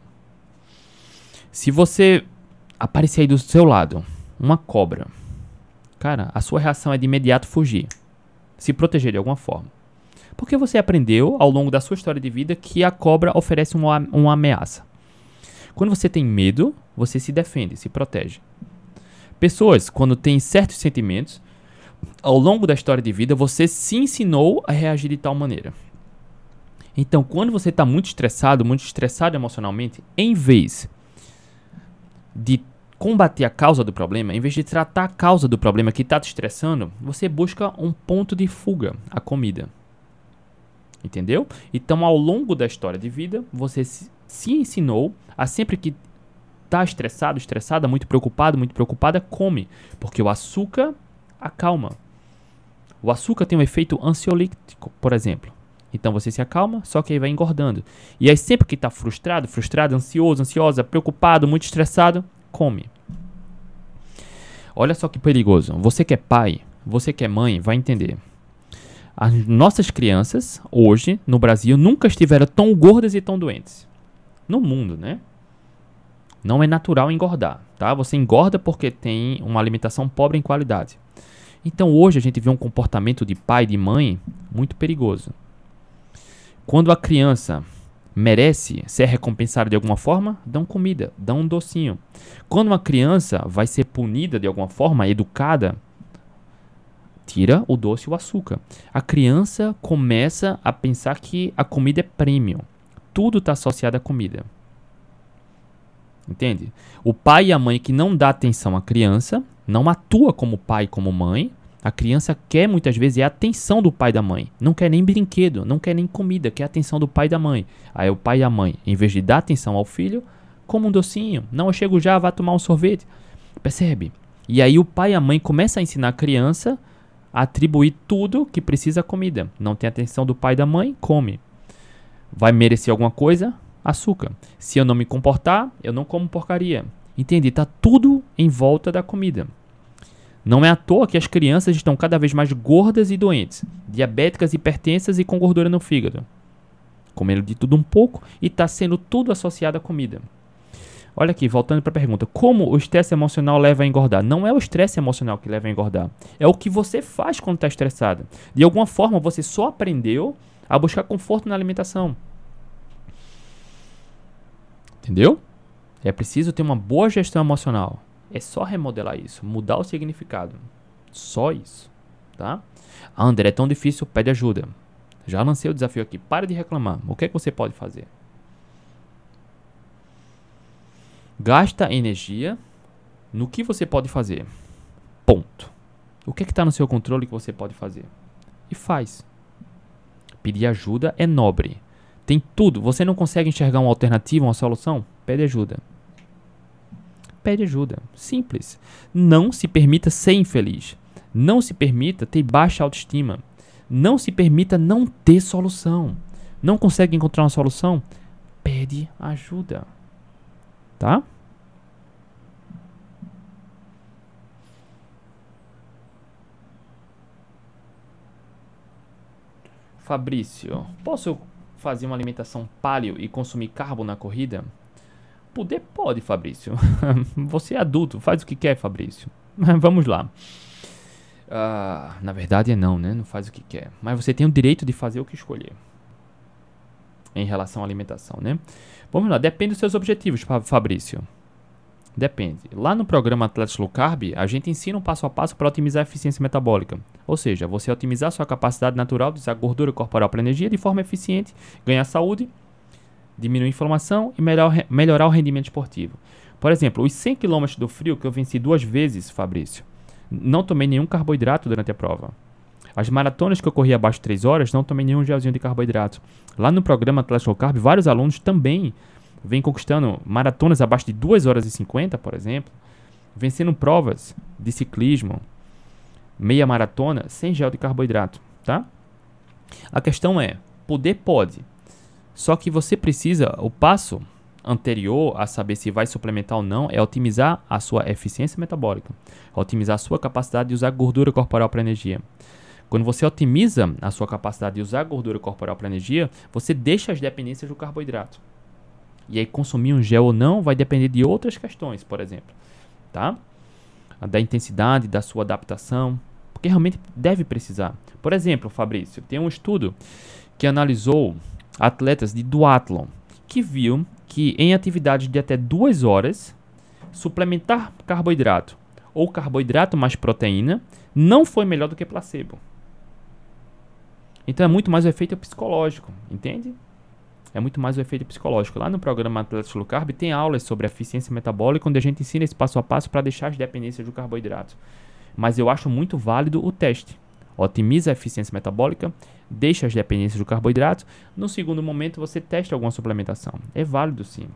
se você aparecer aí do seu lado uma cobra, cara, a sua reação é de imediato fugir. Se proteger de alguma forma. Porque você aprendeu ao longo da sua história de vida que a cobra oferece uma, uma ameaça. Quando você tem medo, você se defende, se protege. Pessoas, quando têm certos sentimentos, ao longo da história de vida, você se ensinou a reagir de tal maneira. Então, quando você está muito estressado, muito estressado emocionalmente, em vez de combater a causa do problema, em vez de tratar a causa do problema que está te estressando, você busca um ponto de fuga, a comida. Entendeu? Então, ao longo da história de vida, você se, se ensinou a sempre que está estressado, estressada, muito preocupado, muito preocupada, come. Porque o açúcar acalma. O açúcar tem um efeito ansiolítico, por exemplo. Então você se acalma, só que aí vai engordando. E aí sempre que está frustrado, frustrado, ansioso, ansiosa, preocupado, muito estressado, come. Olha só que perigoso. Você que é pai, você que é mãe, vai entender. As nossas crianças, hoje, no Brasil, nunca estiveram tão gordas e tão doentes. No mundo, né? Não é natural engordar, tá? Você engorda porque tem uma alimentação pobre em qualidade. Então hoje a gente vê um comportamento de pai e de mãe muito perigoso. Quando a criança merece ser recompensada de alguma forma, dão comida, dão um docinho. Quando uma criança vai ser punida de alguma forma, educada, tira o doce e o açúcar. A criança começa a pensar que a comida é prêmio. Tudo está associado à comida. Entende? O pai e a mãe que não dá atenção à criança, não atua como pai e como mãe, a criança quer muitas vezes é a atenção do pai e da mãe. Não quer nem brinquedo, não quer nem comida, quer a atenção do pai e da mãe. Aí o pai e a mãe, em vez de dar atenção ao filho, come um docinho. Não, eu chego já, vá tomar um sorvete. Percebe? E aí o pai e a mãe começam a ensinar a criança a atribuir tudo que precisa à comida. Não tem atenção do pai e da mãe, come. Vai merecer alguma coisa? Açúcar. Se eu não me comportar, eu não como porcaria. Entende? Está tudo em volta da comida. Não é à toa que as crianças estão cada vez mais gordas e doentes, diabéticas, hipertensas e com gordura no fígado. Comendo de tudo um pouco e está sendo tudo associado à comida. Olha aqui, voltando para a pergunta. Como o estresse emocional leva a engordar? Não é o estresse emocional que leva a engordar. É o que você faz quando está estressado. De alguma forma, você só aprendeu a buscar conforto na alimentação. Entendeu? É preciso ter uma boa gestão emocional. É só remodelar isso, mudar o significado. Só isso, tá? Ah, André, é tão difícil, pede ajuda. Já lancei o desafio aqui. Para de reclamar. O que é que você pode fazer? Gasta energia no que você pode fazer. Ponto. O que é que está no seu controle que você pode fazer? E faz. Pedir ajuda é nobre. Tem tudo. Você não consegue enxergar uma alternativa, uma solução? Pede ajuda. Pede ajuda. Simples. Não se permita ser infeliz. Não se permita ter baixa autoestima. Não se permita não ter solução. Não consegue encontrar uma solução? Pede ajuda. Tá? Fabrício, posso fazer uma alimentação paleo e consumir carbo na corrida? Poder pode, Fabrício. Você é adulto, faz o que quer, Fabrício. Vamos lá. Uh, na verdade é não, né? Não faz o que quer. Mas você tem o direito de fazer o que escolher. Em relação à alimentação, né? Vamos lá, depende dos seus objetivos, Fabrício. Depende. Lá no programa Atletas Low Carb, a gente ensina um passo a passo para otimizar a eficiência metabólica. Ou seja, você otimizar sua capacidade natural de usar gordura corporal para energia de forma eficiente, ganhar saúde, diminuir a inflamação e melhor, melhorar o rendimento esportivo. Por exemplo, os cem quilômetros do frio que eu venci duas vezes, Fabrício, não tomei nenhum carboidrato durante a prova. As maratonas que eu corri abaixo de três horas, não tomei nenhum gelzinho de carboidrato. Lá no programa Atletas Low Carb, vários alunos também vêm conquistando maratonas abaixo de duas horas e cinquenta, por exemplo, vencendo provas de ciclismo, meia maratona, sem gel de carboidrato, tá? A questão é, poder pode, só que você precisa, o passo anterior a saber se vai suplementar ou não, é otimizar a sua eficiência metabólica, otimizar a sua capacidade de usar gordura corporal para energia. Quando você otimiza a sua capacidade de usar gordura corporal para energia, você deixa as dependências do carboidrato. E aí consumir um gel ou não vai depender de outras questões, por exemplo, tá? Da intensidade, da sua adaptação, porque realmente deve precisar. Por exemplo, Fabrício, tem um estudo que analisou atletas de duatlon, que viu que em atividades de até duas horas, suplementar carboidrato ou carboidrato mais proteína não foi melhor do que placebo. Então é muito mais o efeito psicológico, entende? É muito mais o efeito psicológico. Lá no programa Atletas Low Carb tem aulas sobre eficiência metabólica, onde a gente ensina esse passo a passo para deixar as dependências do carboidrato. Mas eu acho muito válido o teste. Otimiza a eficiência metabólica, deixa as dependências do carboidrato. No segundo momento você testa alguma suplementação. É válido sim.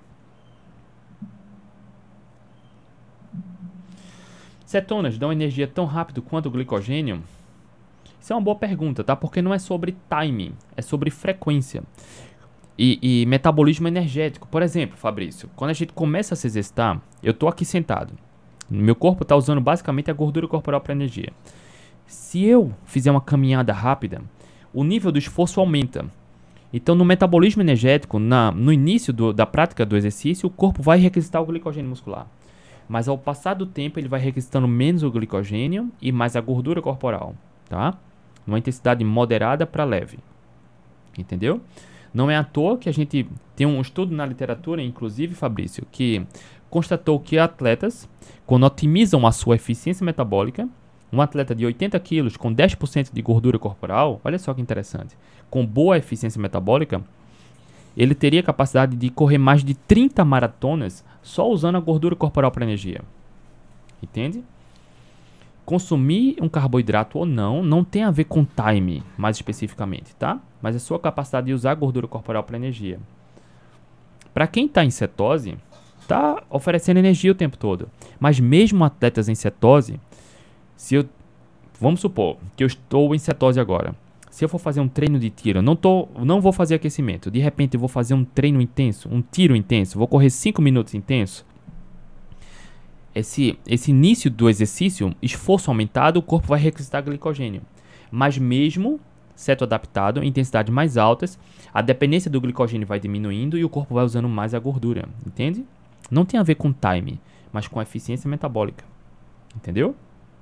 Cetonas dão energia tão rápido quanto o glicogênio? Isso é uma boa pergunta, tá? Porque não é sobre timing, é sobre frequência. E, e metabolismo energético. Por exemplo, Fabrício, quando a gente começa a se exercitar, eu tô aqui sentado. Meu corpo está usando basicamente a gordura corporal para energia. Se eu fizer uma caminhada rápida, o nível do esforço aumenta. Então, no metabolismo energético, na, no início do, da prática do exercício, o corpo vai requisitar o glicogênio muscular. Mas ao passar do tempo, ele vai requisitando menos o glicogênio e mais a gordura corporal, tá? Numa intensidade moderada para leve. Entendeu? Não é à toa que a gente tem um estudo na literatura, inclusive, Fabrício, que constatou que atletas, quando otimizam a sua eficiência metabólica, um atleta de oitenta quilos com dez por cento de gordura corporal, olha só que interessante, com boa eficiência metabólica, ele teria capacidade de correr mais de trinta maratonas só usando a gordura corporal para energia. Entende? Consumir um carboidrato ou não, não tem a ver com time, mais especificamente, tá? Mas a sua capacidade de usar a gordura corporal para energia. Para quem está em cetose, está oferecendo energia o tempo todo. Mas mesmo atletas em cetose, se eu, vamos supor que eu estou em cetose agora. Se eu for fazer um treino de tiro, não, tô, não vou fazer aquecimento. De repente eu vou fazer um treino intenso, um tiro intenso, vou correr cinco minutos intenso. Esse, esse início do exercício, esforço aumentado, o corpo vai requisitar glicogênio. Mas mesmo ceto adaptado, em intensidades mais altas, a dependência do glicogênio vai diminuindo e o corpo vai usando mais a gordura. Entende? Não tem a ver com time, mas com eficiência metabólica. Entendeu?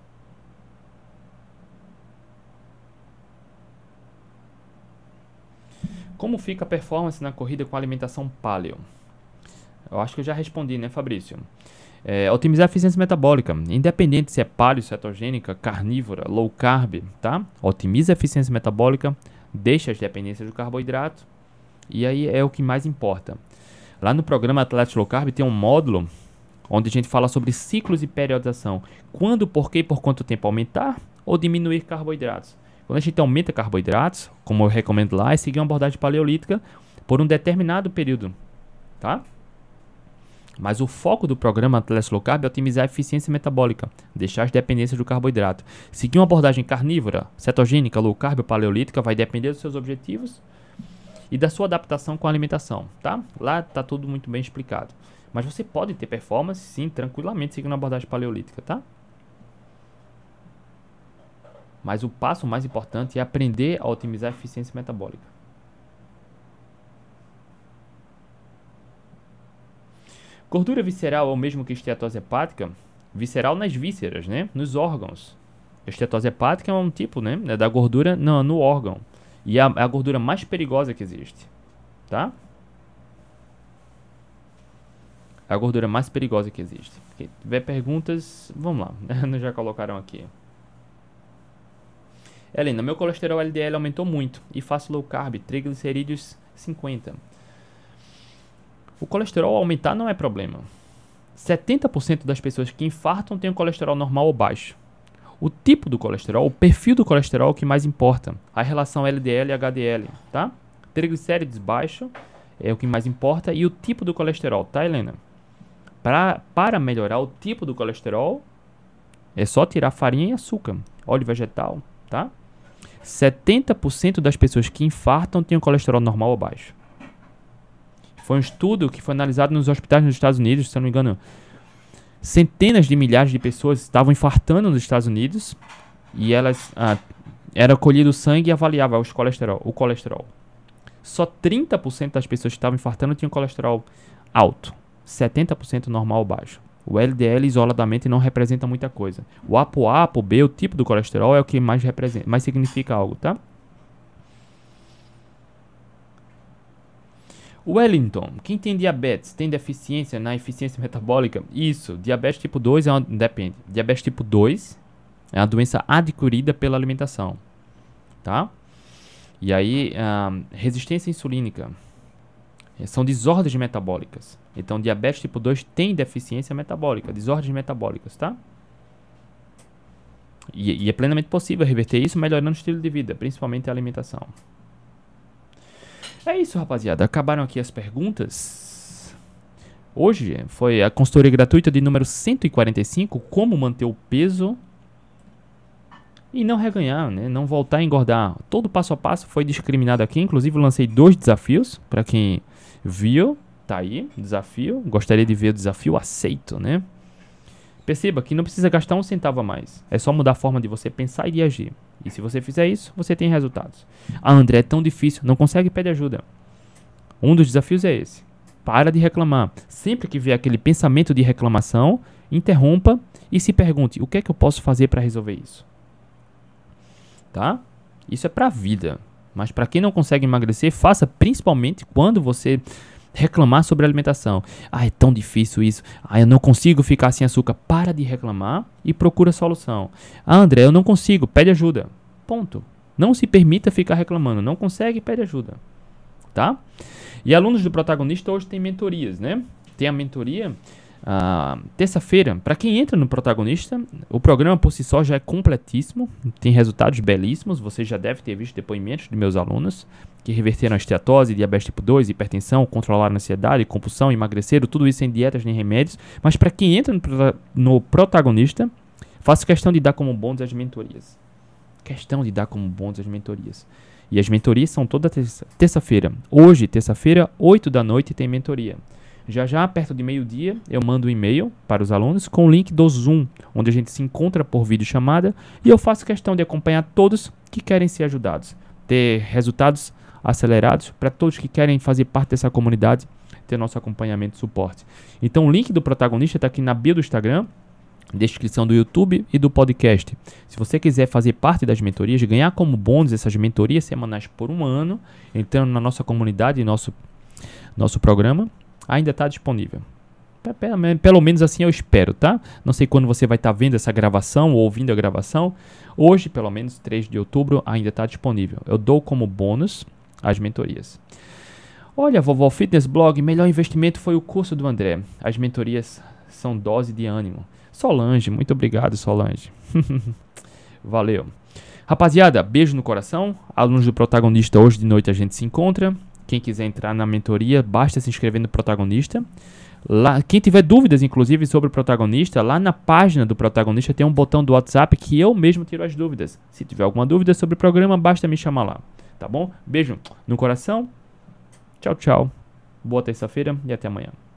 Como fica a performance na corrida com alimentação paleo? Eu acho que eu já respondi, né, Fabrício? É, otimizar a eficiência metabólica, independente se é paleo, cetogênica, carnívora, low carb, tá? Otimiza a eficiência metabólica, deixa as dependências do carboidrato e aí é o que mais importa. Lá no programa Atletas Low Carb tem um módulo onde a gente fala sobre ciclos e periodização. Quando, por que e por quanto tempo aumentar ou diminuir carboidratos. Quando a gente aumenta carboidratos, como eu recomendo lá, é seguir uma abordagem paleolítica por um determinado período, tá? Mas o foco do programa Atletas Low Carb é otimizar a eficiência metabólica, deixar as dependências do carboidrato. Seguir uma abordagem carnívora, cetogênica, low carb ou paleolítica vai depender dos seus objetivos e da sua adaptação com a alimentação, tá? Lá está tudo muito bem explicado. Mas você pode ter performance, sim, tranquilamente, seguindo uma abordagem paleolítica, tá? Mas o passo mais importante é aprender a otimizar a eficiência metabólica. Gordura visceral é o mesmo que esteatose hepática? Visceral nas vísceras, né? Nos órgãos. A esteatose hepática é um tipo, né? É da gordura no, no órgão. E é a, a gordura mais perigosa que existe. Tá? A gordura mais perigosa que existe. Se tiver perguntas, vamos lá. Já colocaram aqui. Helena, meu colesterol L D L aumentou muito e faço low carb, triglicerídeos cinquenta. O colesterol aumentar não é problema. setenta por cento das pessoas que infartam têm o colesterol normal ou baixo. O tipo do colesterol, o perfil do colesterol é o que mais importa. A relação L D L e H D L, tá? Triglicérides baixo é o que mais importa e o tipo do colesterol, tá, Helena? Pra, para melhorar o tipo do colesterol, é só tirar farinha e açúcar, óleo vegetal, tá? setenta por cento das pessoas que infartam têm o colesterol normal ou baixo. Foi um estudo que foi analisado nos hospitais nos Estados Unidos, se eu não me engano, centenas de milhares de pessoas estavam infartando nos Estados Unidos e elas ah, era colhido o sangue e avaliava os colesterol, o colesterol. Só trinta por cento das pessoas que estavam infartando tinham colesterol alto, setenta por cento normal ou baixo. O L D L isoladamente não representa muita coisa. O A P O A, A P O B, o tipo do colesterol é o que mais representa, mais significa algo, tá? Wellington, quem tem diabetes tem deficiência na eficiência metabólica? Isso, diabetes tipo dois é uma, depende. Diabetes tipo dois é uma doença adquirida pela alimentação, tá? E aí, um, resistência insulínica são desordens metabólicas. Então, diabetes tipo dois tem deficiência metabólica, desordens metabólicas, tá? E, e é plenamente possível reverter isso melhorando o estilo de vida, principalmente a alimentação. É isso, rapaziada. Acabaram aqui as perguntas. Hoje foi a consultoria gratuita de número cento e quarenta e cinco, como manter o peso e não reganhar, né? Não voltar a engordar. Todo o passo a passo foi discriminado aqui. Inclusive, eu lancei dois desafios para quem viu. Tá aí, desafio. Gostaria de ver o desafio, aceito, né? Perceba que não precisa gastar um centavo a mais. É só mudar a forma de você pensar e de agir. E se você fizer isso, você tem resultados. Ah, André, é tão difícil. Não consegue, pede ajuda. Um dos desafios é esse. Para de reclamar. Sempre que vier aquele pensamento de reclamação, interrompa e se pergunte, o que é que eu posso fazer para resolver isso? Tá? Isso é pra vida. Mas para quem não consegue emagrecer, faça principalmente quando você reclamar sobre alimentação. Ah, é tão difícil isso. Ah, eu não consigo ficar sem açúcar. Para de reclamar e procura solução. Ah, André, eu não consigo. Pede ajuda. Ponto. Não se permita ficar reclamando. Não consegue, pede ajuda. Tá? E alunos do Protagonista hoje tem mentorias, né? Tem a mentoria ah, terça-feira. Para quem entra no Protagonista, o programa por si só já é completíssimo. Tem resultados belíssimos. Você já deve ter visto depoimentos de meus alunos que reverteram a esteatose, diabetes tipo dois, hipertensão, controlaram a ansiedade, compulsão, emagreceram, tudo isso sem dietas nem remédios. Mas para quem entra no, no Protagonista, faço questão de dar como bônus as mentorias. Questão de dar como bônus as mentorias. E as mentorias são toda terça, terça-feira. Hoje, terça-feira, oito da noite, tem mentoria. Já já, perto de meio-dia, eu mando um e-mail para os alunos com o link do Zoom, onde a gente se encontra por videochamada e eu faço questão de acompanhar todos que querem ser ajudados, ter resultados acelerados para todos que querem fazer parte dessa comunidade, ter nosso acompanhamento e suporte. Então o link do Protagonista está aqui na bio do Instagram, descrição do YouTube e do podcast. Se você quiser fazer parte das mentorias, ganhar como bônus essas mentorias semanais por um ano, entrando na nossa comunidade, nosso, nosso programa, ainda está disponível. Pelo menos assim eu espero, tá? Não sei quando você vai estar tá vendo essa gravação ou ouvindo a gravação. Hoje, pelo menos três de outubro, ainda está disponível. Eu dou como bônus as mentorias. Olha, Vovó Fitness Blog, melhor investimento foi o curso do André. As mentorias são dose de ânimo. Solange, muito obrigado, Solange. Valeu. Rapaziada, beijo no coração. Alunos do Protagonista, hoje de noite a gente se encontra. Quem quiser entrar na mentoria, basta se inscrever no Protagonista. Lá, quem tiver dúvidas, inclusive, sobre o Protagonista, lá na página do Protagonista tem um botão do WhatsApp que eu mesmo tiro as dúvidas. Se tiver alguma dúvida sobre o programa, basta me chamar lá. Tá bom? Beijo no coração. Tchau, tchau. Boa terça-feira e até amanhã.